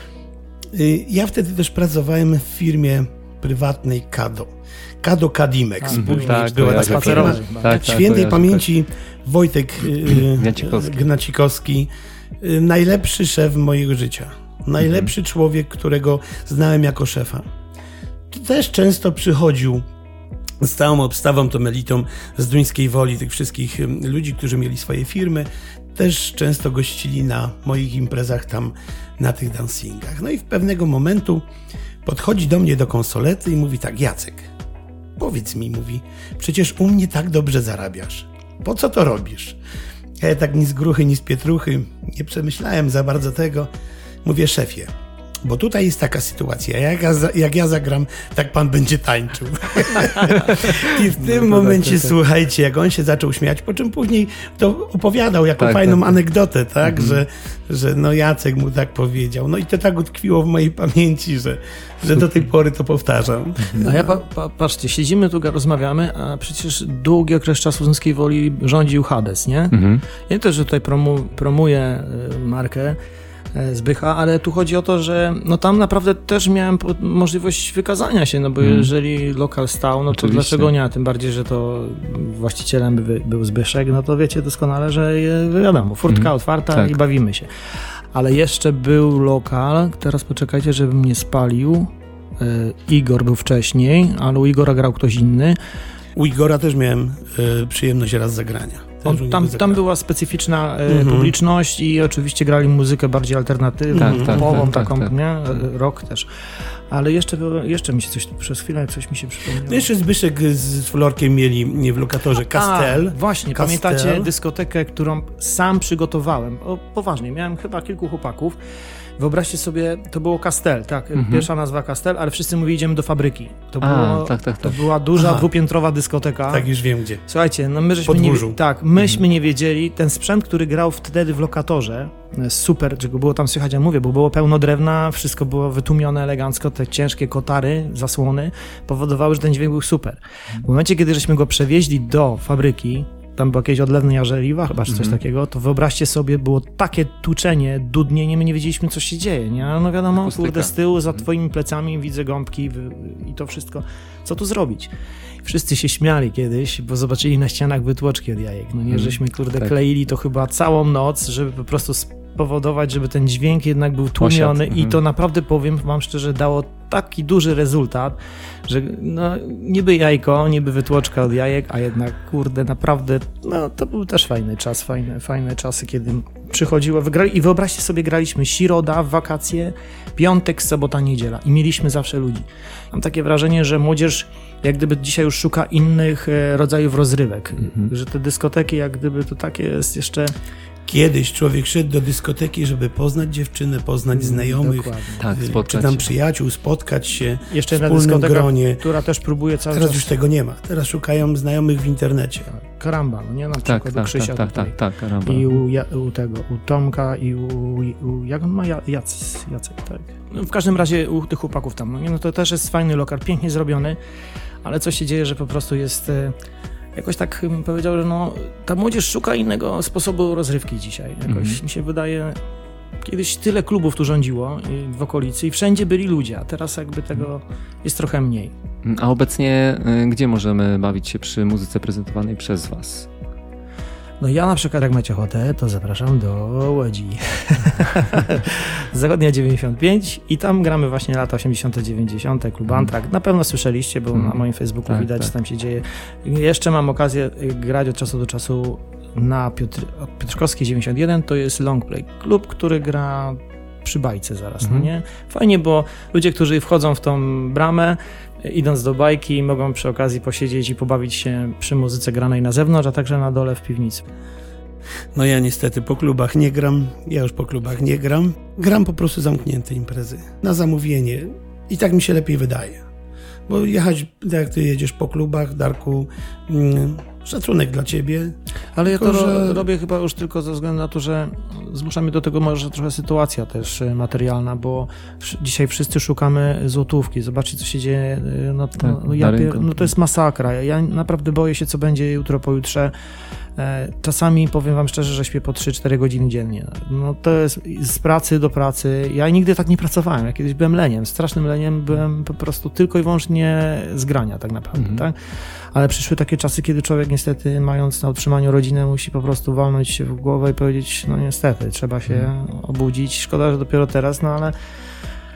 Ja wtedy też pracowałem w firmie prywatnej Kado. Kado Kadimex. A, później tak, była taka taka firma. Tak, tak, świętej tak, pamięci tak. Wojtek Gnacikowski. Gnacikowski. Najlepszy szef mojego życia. Najlepszy mhm. człowiek, którego znałem jako szefa. Też często przychodził z całą obstawą, tą elitą z Duńskiej Woli, tych wszystkich ludzi, którzy mieli swoje firmy, też często gościli na moich imprezach tam, na tych dancingach. No i w pewnego momentu podchodzi do mnie do konsolety i mówi tak: Jacek, powiedz mi, mówi, przecież u mnie tak dobrze zarabiasz. Po co to robisz? Ja tak ni z gruchy, ni z pietruchy nie przemyślałem za bardzo tego. Mówię: szefie, bo tutaj jest taka sytuacja, jak ja, za, jak ja zagram, tak pan będzie tańczył. I w tym no, momencie, tak, tak, słuchajcie, jak on się zaczął śmiać, po czym później to opowiadał jako tak, fajną tak, anegdotę, tak, mhm. że, że no Jacek mu tak powiedział. No i to tak utkwiło w mojej pamięci, że, że do tej pory to powtarzam. A ja, pa, pa, patrzcie, siedzimy tu, rozmawiamy, a przecież długi okres czasu z Zyskiej Woli rządził Hades, nie? Mhm. Ja też, że tutaj promu, promuję markę Zbycha, ale tu chodzi o to, że no tam naprawdę też miałem możliwość wykazania się, no bo hmm. jeżeli lokal stał, no to Oczywiście. Dlaczego nie? Tym bardziej, że to właścicielem by, był Zbyszek, no to wiecie doskonale, że wiadomo, furtka hmm. otwarta tak. i bawimy się. Ale jeszcze był lokal, teraz poczekajcie, żebym nie spalił, Igor był wcześniej, ale u Igora grał ktoś inny. U Igora też miałem y, przyjemność raz zagrania. On, tam, tam była specyficzna y, mm-hmm. publiczność i oczywiście grali muzykę bardziej alternatywną, tak, popową, tak, tak, taką, tak, tak. nie? Rock też. Ale jeszcze, jeszcze mi się coś, przez chwilę coś mi się przypomniało. No jeszcze Zbyszek z Florkiem mieli w lokatorze Kastel. A, właśnie, Kastel. Pamiętacie dyskotekę, którą sam przygotowałem? O, poważnie, miałem chyba kilku chłopaków. Wyobraźcie sobie, to było Kastel, tak, mhm. pierwsza nazwa Kastel, ale wszyscy mówili, idziemy do fabryki. To, A, było, tak, tak, to tak. była duża, Aha. dwupiętrowa dyskoteka. Tak, już wiem gdzie. Słuchajcie, no my żeśmy nie, tak, myśmy mhm. nie wiedzieli, ten sprzęt, który grał wtedy w lokatorze, super, czego było tam słychać, ja mówię, bo było pełno drewna, wszystko było wytłumione elegancko, te ciężkie kotary, zasłony powodowały, że ten dźwięk był super. W momencie, kiedy żeśmy go przewieźli do fabryki, tam było jakieś odlewne jarzęliwa, chyba, czy coś mm-hmm. takiego, to wyobraźcie sobie, było takie tuczenie, dudnienie, my nie wiedzieliśmy, co się dzieje, nie? No wiadomo, Pustyka. Kurde, z tyłu, za twoimi plecami widzę gąbki i to wszystko. Co tu zrobić? Wszyscy się śmiali kiedyś, bo zobaczyli na ścianach wytłoczki od jajek. No nie, żeśmy, kurde, tak. kleili to chyba całą noc, żeby po prostu spowodować, żeby ten dźwięk jednak był tłumiony Osiad. i mm-hmm. to naprawdę, powiem wam szczerze, dało taki duży rezultat, że no niby jajko, niby wytłoczka od jajek, a jednak kurde, naprawdę, no to był też fajny czas, fajne, fajne czasy, kiedy przychodziło, wygrali i wyobraźcie sobie, graliśmy środa, w wakacje, piątek, sobota, niedziela i mieliśmy zawsze ludzi. Mam takie wrażenie, że młodzież jak gdyby dzisiaj już szuka innych rodzajów rozrywek, mm-hmm. że te dyskoteki jak gdyby to takie jest jeszcze... Kiedyś człowiek szedł do dyskoteki, żeby poznać dziewczynę, poznać znajomych, tak, czy tam przyjaciół, spotkać się Jeszcze w wspólnym gronie. Która też próbuje cały Teraz czas... już tego nie ma. Teraz szukają znajomych w internecie. Karamba, no nie? Na przykład tak, do Krzysia tak, tak, tak, tak, karamba. I u, ja, u tego, u Tomka i u, u jak on ma? Jac, Jacek, tak. No, w każdym razie u tych chłopaków tam, no nie? No to też jest fajny lokal, pięknie zrobiony, ale co się dzieje, że po prostu jest... Jakoś tak bym powiedział, że no, ta młodzież szuka innego sposobu rozrywki dzisiaj. Jakoś mm-hmm. mi się wydaje, kiedyś tyle klubów tu rządziło w okolicy i wszędzie byli ludzie, a teraz jakby tego jest trochę mniej. A obecnie gdzie możemy bawić się przy muzyce prezentowanej przez was? No ja na przykład, jak macie ochotę, to zapraszam do Łodzi. Zachodnia dziewięćdziesiąt pięć i tam gramy właśnie lata osiemdziesiąte, dziewięćdziesiąte, klub Antrakt. Na pewno słyszeliście, bo mm. na moim Facebooku tak, widać, tak. co tam się dzieje. Jeszcze mam okazję grać od czasu do czasu na Piotr, Piotrkowskiej dziewięćdziesiąt jeden, to jest Longplay. Klub, który gra przy bajce zaraz, mm. no nie? Fajnie, bo ludzie, którzy wchodzą w tą bramę, idąc do bajki, mogą przy okazji posiedzieć i pobawić się przy muzyce granej na zewnątrz, a także na dole w piwnicy. No ja niestety po klubach nie gram, ja już po klubach nie gram. Gram po prostu zamknięte imprezy, na zamówienie i tak mi się lepiej wydaje. Bo jechać, jak ty jedziesz po klubach, Darku, mm, szacunek dla ciebie. Ale ja to tylko, że... robię chyba już tylko ze względu na to, że zmusza mnie do tego może trochę sytuacja też materialna, bo dzisiaj wszyscy szukamy złotówki. Zobaczcie, co się dzieje. No, tak, no, ja, no to jest masakra. Ja naprawdę boję się, co będzie jutro, pojutrze. Czasami powiem wam szczerze, że śpię po trzy cztery godziny dziennie. No to jest z pracy do pracy. Ja nigdy tak nie pracowałem. Ja kiedyś byłem leniem, strasznym leniem. Byłem po prostu tylko i wyłącznie z grania tak naprawdę, mm-hmm. tak? Ale przyszły takie czasy, kiedy człowiek niestety, mając na utrzymaniu rodzinę, musi po prostu walnąć się w głowę i powiedzieć, no niestety, trzeba się mm. obudzić. Szkoda, że dopiero teraz, no ale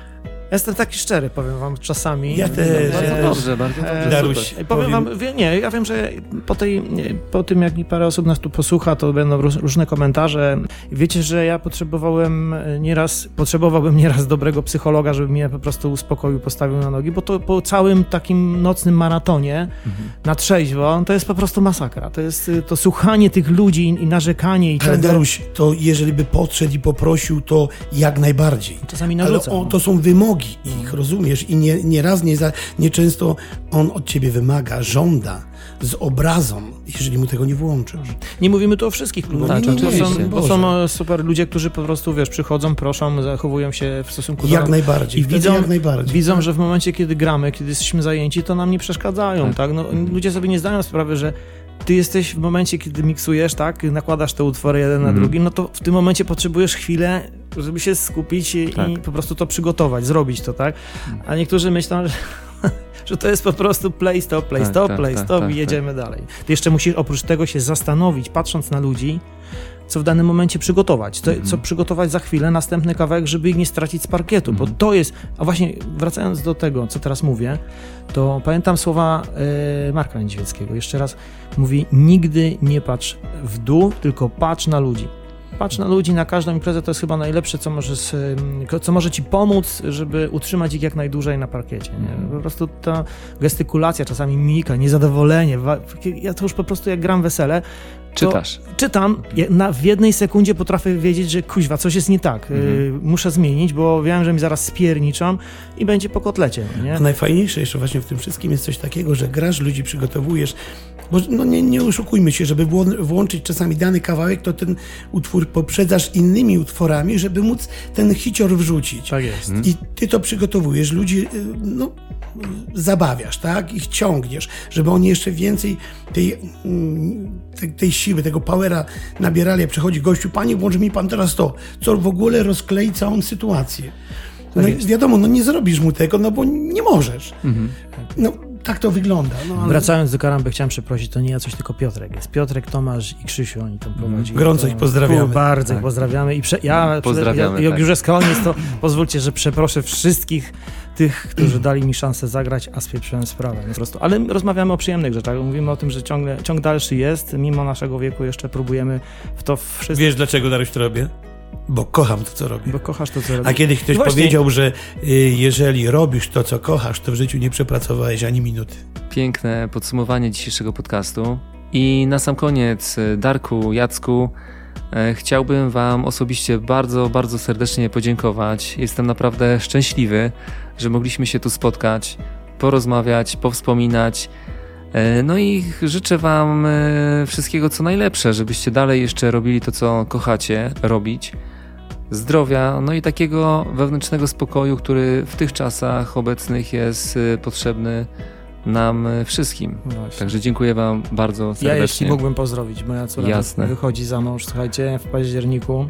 jestem taki szczery, powiem wam czasami. Ja też. Bardzo ja dobrze, bardzo dobrze. Daruś, Powiem, powiem wam, wie, nie, ja wiem, że po, tej, po tym, jak parę osób nas tu posłucha, to będą róż, różne komentarze. Wiecie, że ja potrzebowałem nieraz, potrzebowałbym nieraz dobrego psychologa, żeby mnie po prostu uspokoił, postawił na nogi, bo to po całym takim nocnym maratonie mhm. na trzeźwo, to jest po prostu masakra. To jest to słuchanie tych ludzi i narzekanie. I Ale Daruś, to jeżeli by podszedł i poprosił, to jak najbardziej. Czasami narzucam. Ale on, to są wymogi ich, rozumiesz? I nie, nie raz, nie, za, nie często on od ciebie wymaga, żąda, z obrazą, jeżeli mu tego nie włączysz. Nie mówimy tu o wszystkich klubach. No, tak, to, oczywiście. są, bo są super ludzie, którzy po prostu, wiesz, przychodzą, proszą, zachowują się w stosunku do... Jak najbardziej. I widzą, jak najbardziej. widzą, tak. że w momencie, kiedy gramy, kiedy jesteśmy zajęci, to nam nie przeszkadzają, tak? tak? No, ludzie sobie nie zdają sprawy, że ty jesteś w momencie, kiedy miksujesz, tak, nakładasz te utwory jeden na mm. drugi, no to w tym momencie potrzebujesz chwilę, żeby się skupić i, tak. i po prostu to przygotować, zrobić to, tak? A niektórzy myślą, że, że to jest po prostu play, stop, play, tak, stop, tak, play, tak, stop tak, i jedziemy tak. dalej. Ty jeszcze musisz oprócz tego się zastanowić, patrząc na ludzi, co w danym momencie przygotować, co, mm. co przygotować za chwilę, następny kawałek, żeby ich nie stracić z parkietu, mm. bo to jest, a właśnie wracając do tego, co teraz mówię, to pamiętam słowa y, Marka Niedźwieckiego, jeszcze raz mówi, nigdy nie patrz w dół, tylko patrz na ludzi. Patrz na ludzi, na każdą imprezę, to jest chyba najlepsze, co może, co może ci pomóc, żeby utrzymać ich jak najdłużej na parkiecie. Nie? Po prostu ta gestykulacja, czasami mimika, niezadowolenie, ja to już po prostu jak gram wesele, Czytasz. Czytam, ja na, w jednej sekundzie potrafię wiedzieć, że kuźwa, coś jest nie tak, mhm. y, muszę zmienić, bo wiem, że mi zaraz spierniczą i będzie po kotlecie. Nie? A najfajniejsze jeszcze właśnie w tym wszystkim jest coś takiego, że grasz, ludzi przygotowujesz, bo no nie, nie oszukujmy się, żeby włączyć czasami dany kawałek, to ten utwór poprzedzasz innymi utworami, żeby móc ten hicior wrzucić. Tak jest. I ty to przygotowujesz, ludzi no, zabawiasz, tak? Ich ciągniesz, żeby oni jeszcze więcej tej, tej, tej siły, tego powera nabierali, jak przychodzi gościu, panie, włączy mi pan teraz to, co w ogóle rozklei całą sytuację. No tak wiadomo, no nie zrobisz mu tego, no bo nie możesz. Mhm. No tak to wygląda. No, ale... Wracając do Karamby, chciałem przeprosić, to nie ja coś, tylko Piotrek jest. Piotrek, Tomasz i Krzysiu, oni tam prowadzili. Gorąco to... ich pozdrawiamy. Fu, bardzo tak. ich pozdrawiamy. I prze... ja, pozdrawiamy, ja, tak. jak już jest koniec, to pozwólcie, że przeproszę wszystkich tych, którzy dali mi szansę zagrać, a spieprzyłem sprawę. Po prostu. Ale rozmawiamy o przyjemnych rzeczach. Mówimy o tym, że ciągle, ciąg dalszy jest, mimo naszego wieku jeszcze próbujemy w to wszystko. Wiesz, dlaczego, Daruś, to robię? Bo kocham to, co robię. Bo kochasz to, co robisz. A kiedyś ktoś Właśnie... powiedział, że y, jeżeli robisz to, co kochasz, to w życiu nie przepracowałeś ani minuty. Piękne podsumowanie dzisiejszego podcastu. I na sam koniec, Darku, Jacku, e, chciałbym wam osobiście bardzo, bardzo serdecznie podziękować. Jestem naprawdę szczęśliwy, że mogliśmy się tu spotkać, porozmawiać, powspominać. E, no i życzę wam e, wszystkiego co najlepsze, żebyście dalej jeszcze robili to, co kochacie robić. Zdrowia, no i takiego wewnętrznego spokoju, który w tych czasach obecnych jest potrzebny nam wszystkim. Właśnie. Także dziękuję wam bardzo serdecznie. Ja jeśli mógłbym pozdrowić, moja córka Jasne. wychodzi za mąż, słuchajcie, w październiku.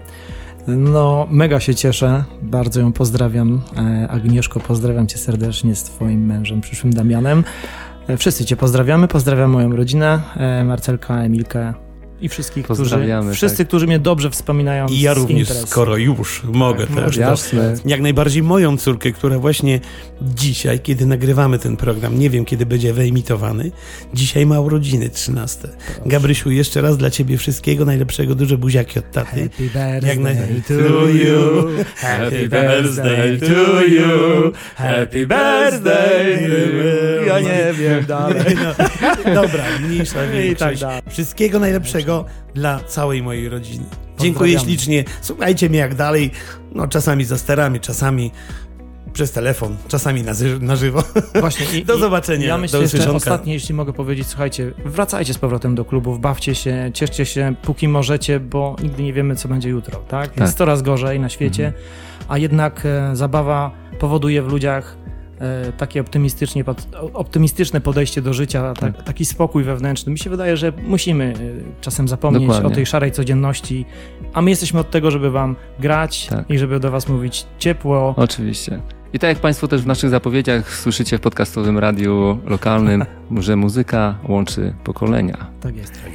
No, mega się cieszę, bardzo ją pozdrawiam. Agnieszko, pozdrawiam cię serdecznie z twoim mężem, przyszłym Damianem. Wszyscy cię pozdrawiamy, pozdrawiam moją rodzinę, Marcelka, Emilkę. I wszystkich, którzy, wszyscy, tak. którzy mnie dobrze wspominają. I ja również, interesu. skoro już mogę tak, też. Jasne. Jak najbardziej moją córkę, która właśnie dzisiaj, kiedy nagrywamy ten program, nie wiem, kiedy będzie wyemitowany, dzisiaj ma urodziny trzynaste. Proszę. Gabrysiu, jeszcze raz dla ciebie wszystkiego najlepszego, duże buziaki od taty. Happy birthday Jak na... to you, happy birthday to you, happy birthday. Ja nie wiem dalej. No, dobra, mniejsza większość. Tak wszystkiego najlepszego dla całej mojej rodziny. Dziękuję ślicznie. Słuchajcie mnie jak dalej, no czasami za sterami, czasami przez telefon, czasami na, zy- na żywo. Właśnie. I, do zobaczenia. Ja myślę do jeszcze ostatnie, jeśli mogę powiedzieć, słuchajcie, wracajcie z powrotem do klubów, bawcie się, cieszcie się, póki możecie, bo nigdy nie wiemy, co będzie jutro, tak? Jest tak. coraz gorzej na świecie, mhm. a jednak e, zabawa powoduje w ludziach e, takie optymistycznie, optymistyczne podejście do życia, tak. Tak, taki spokój wewnętrzny. Mi się wydaje, że musimy e, czasem zapomnieć Dokładnie. o tej szarej codzienności, a my jesteśmy od tego, żeby wam grać tak. i żeby do was mówić ciepło. Oczywiście. I tak jak państwo też w naszych zapowiedziach słyszycie w podcastowym radiu lokalnym, że muzyka łączy pokolenia. Tak jest. Tak jest.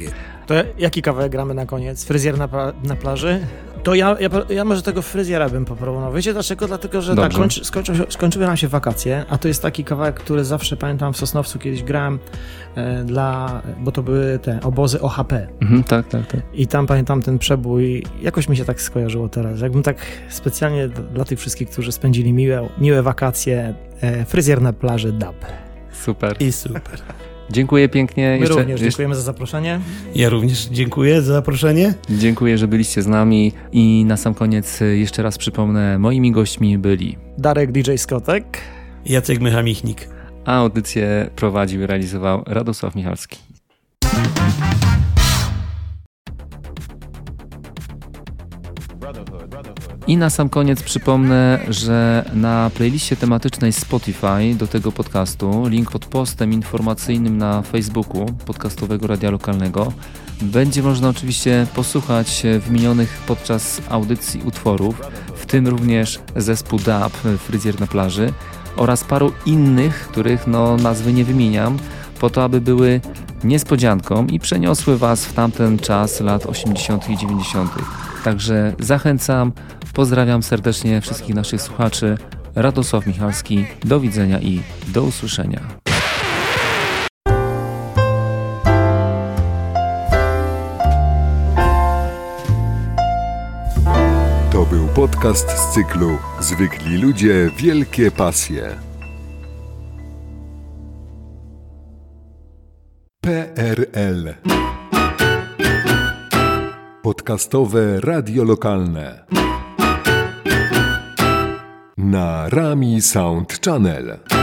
To jaki kawałek gramy na koniec? Fryzjer na, na plaży? To ja, ja, ja może tego fryzjera bym poproponował. Wiecie dlaczego? Dlatego, że tak, kończy, skończą, skończyły nam się wakacje, a to jest taki kawałek, który zawsze pamiętam w Sosnowcu kiedyś grałem e, dla, bo to były te obozy O H P. Mhm, tak, tak, tak. I tam pamiętam ten przebój, jakoś mi się tak skojarzyło teraz. Jakbym tak specjalnie dla tych wszystkich, którzy spędzili miłe, miłe wakacje, e, fryzjer na plaży dub. Super. I super. Dziękuję pięknie. My jeszcze, również dziękujemy jeszcze... za zaproszenie. Ja również dziękuję za zaproszenie. Dziękuję, że byliście z nami i na sam koniec jeszcze raz przypomnę, moimi gośćmi byli Darek D J Skotek, Jacek Mycha-Michnik, a audycję prowadził i realizował Radosław Michalski. I na sam koniec przypomnę, że na playliście tematycznej Spotify do tego podcastu, link pod postem informacyjnym na Facebooku podcastowego Radia Lokalnego, będzie można oczywiście posłuchać wymienionych podczas audycji utworów, w tym również zespół Dub, Fryzjer na plaży, oraz paru innych, których no nazwy nie wymieniam, po to, aby były niespodzianką i przeniosły Was w tamten czas lat osiemdziesiątych i dziewięćdziesiątych. Także zachęcam, pozdrawiam serdecznie wszystkich naszych słuchaczy. Radosław Michalski, do widzenia i do usłyszenia. To był podcast z cyklu Zwykli ludzie, wielkie pasje. P R L. Podcastowe radio lokalne. Na Rami Sound Channel.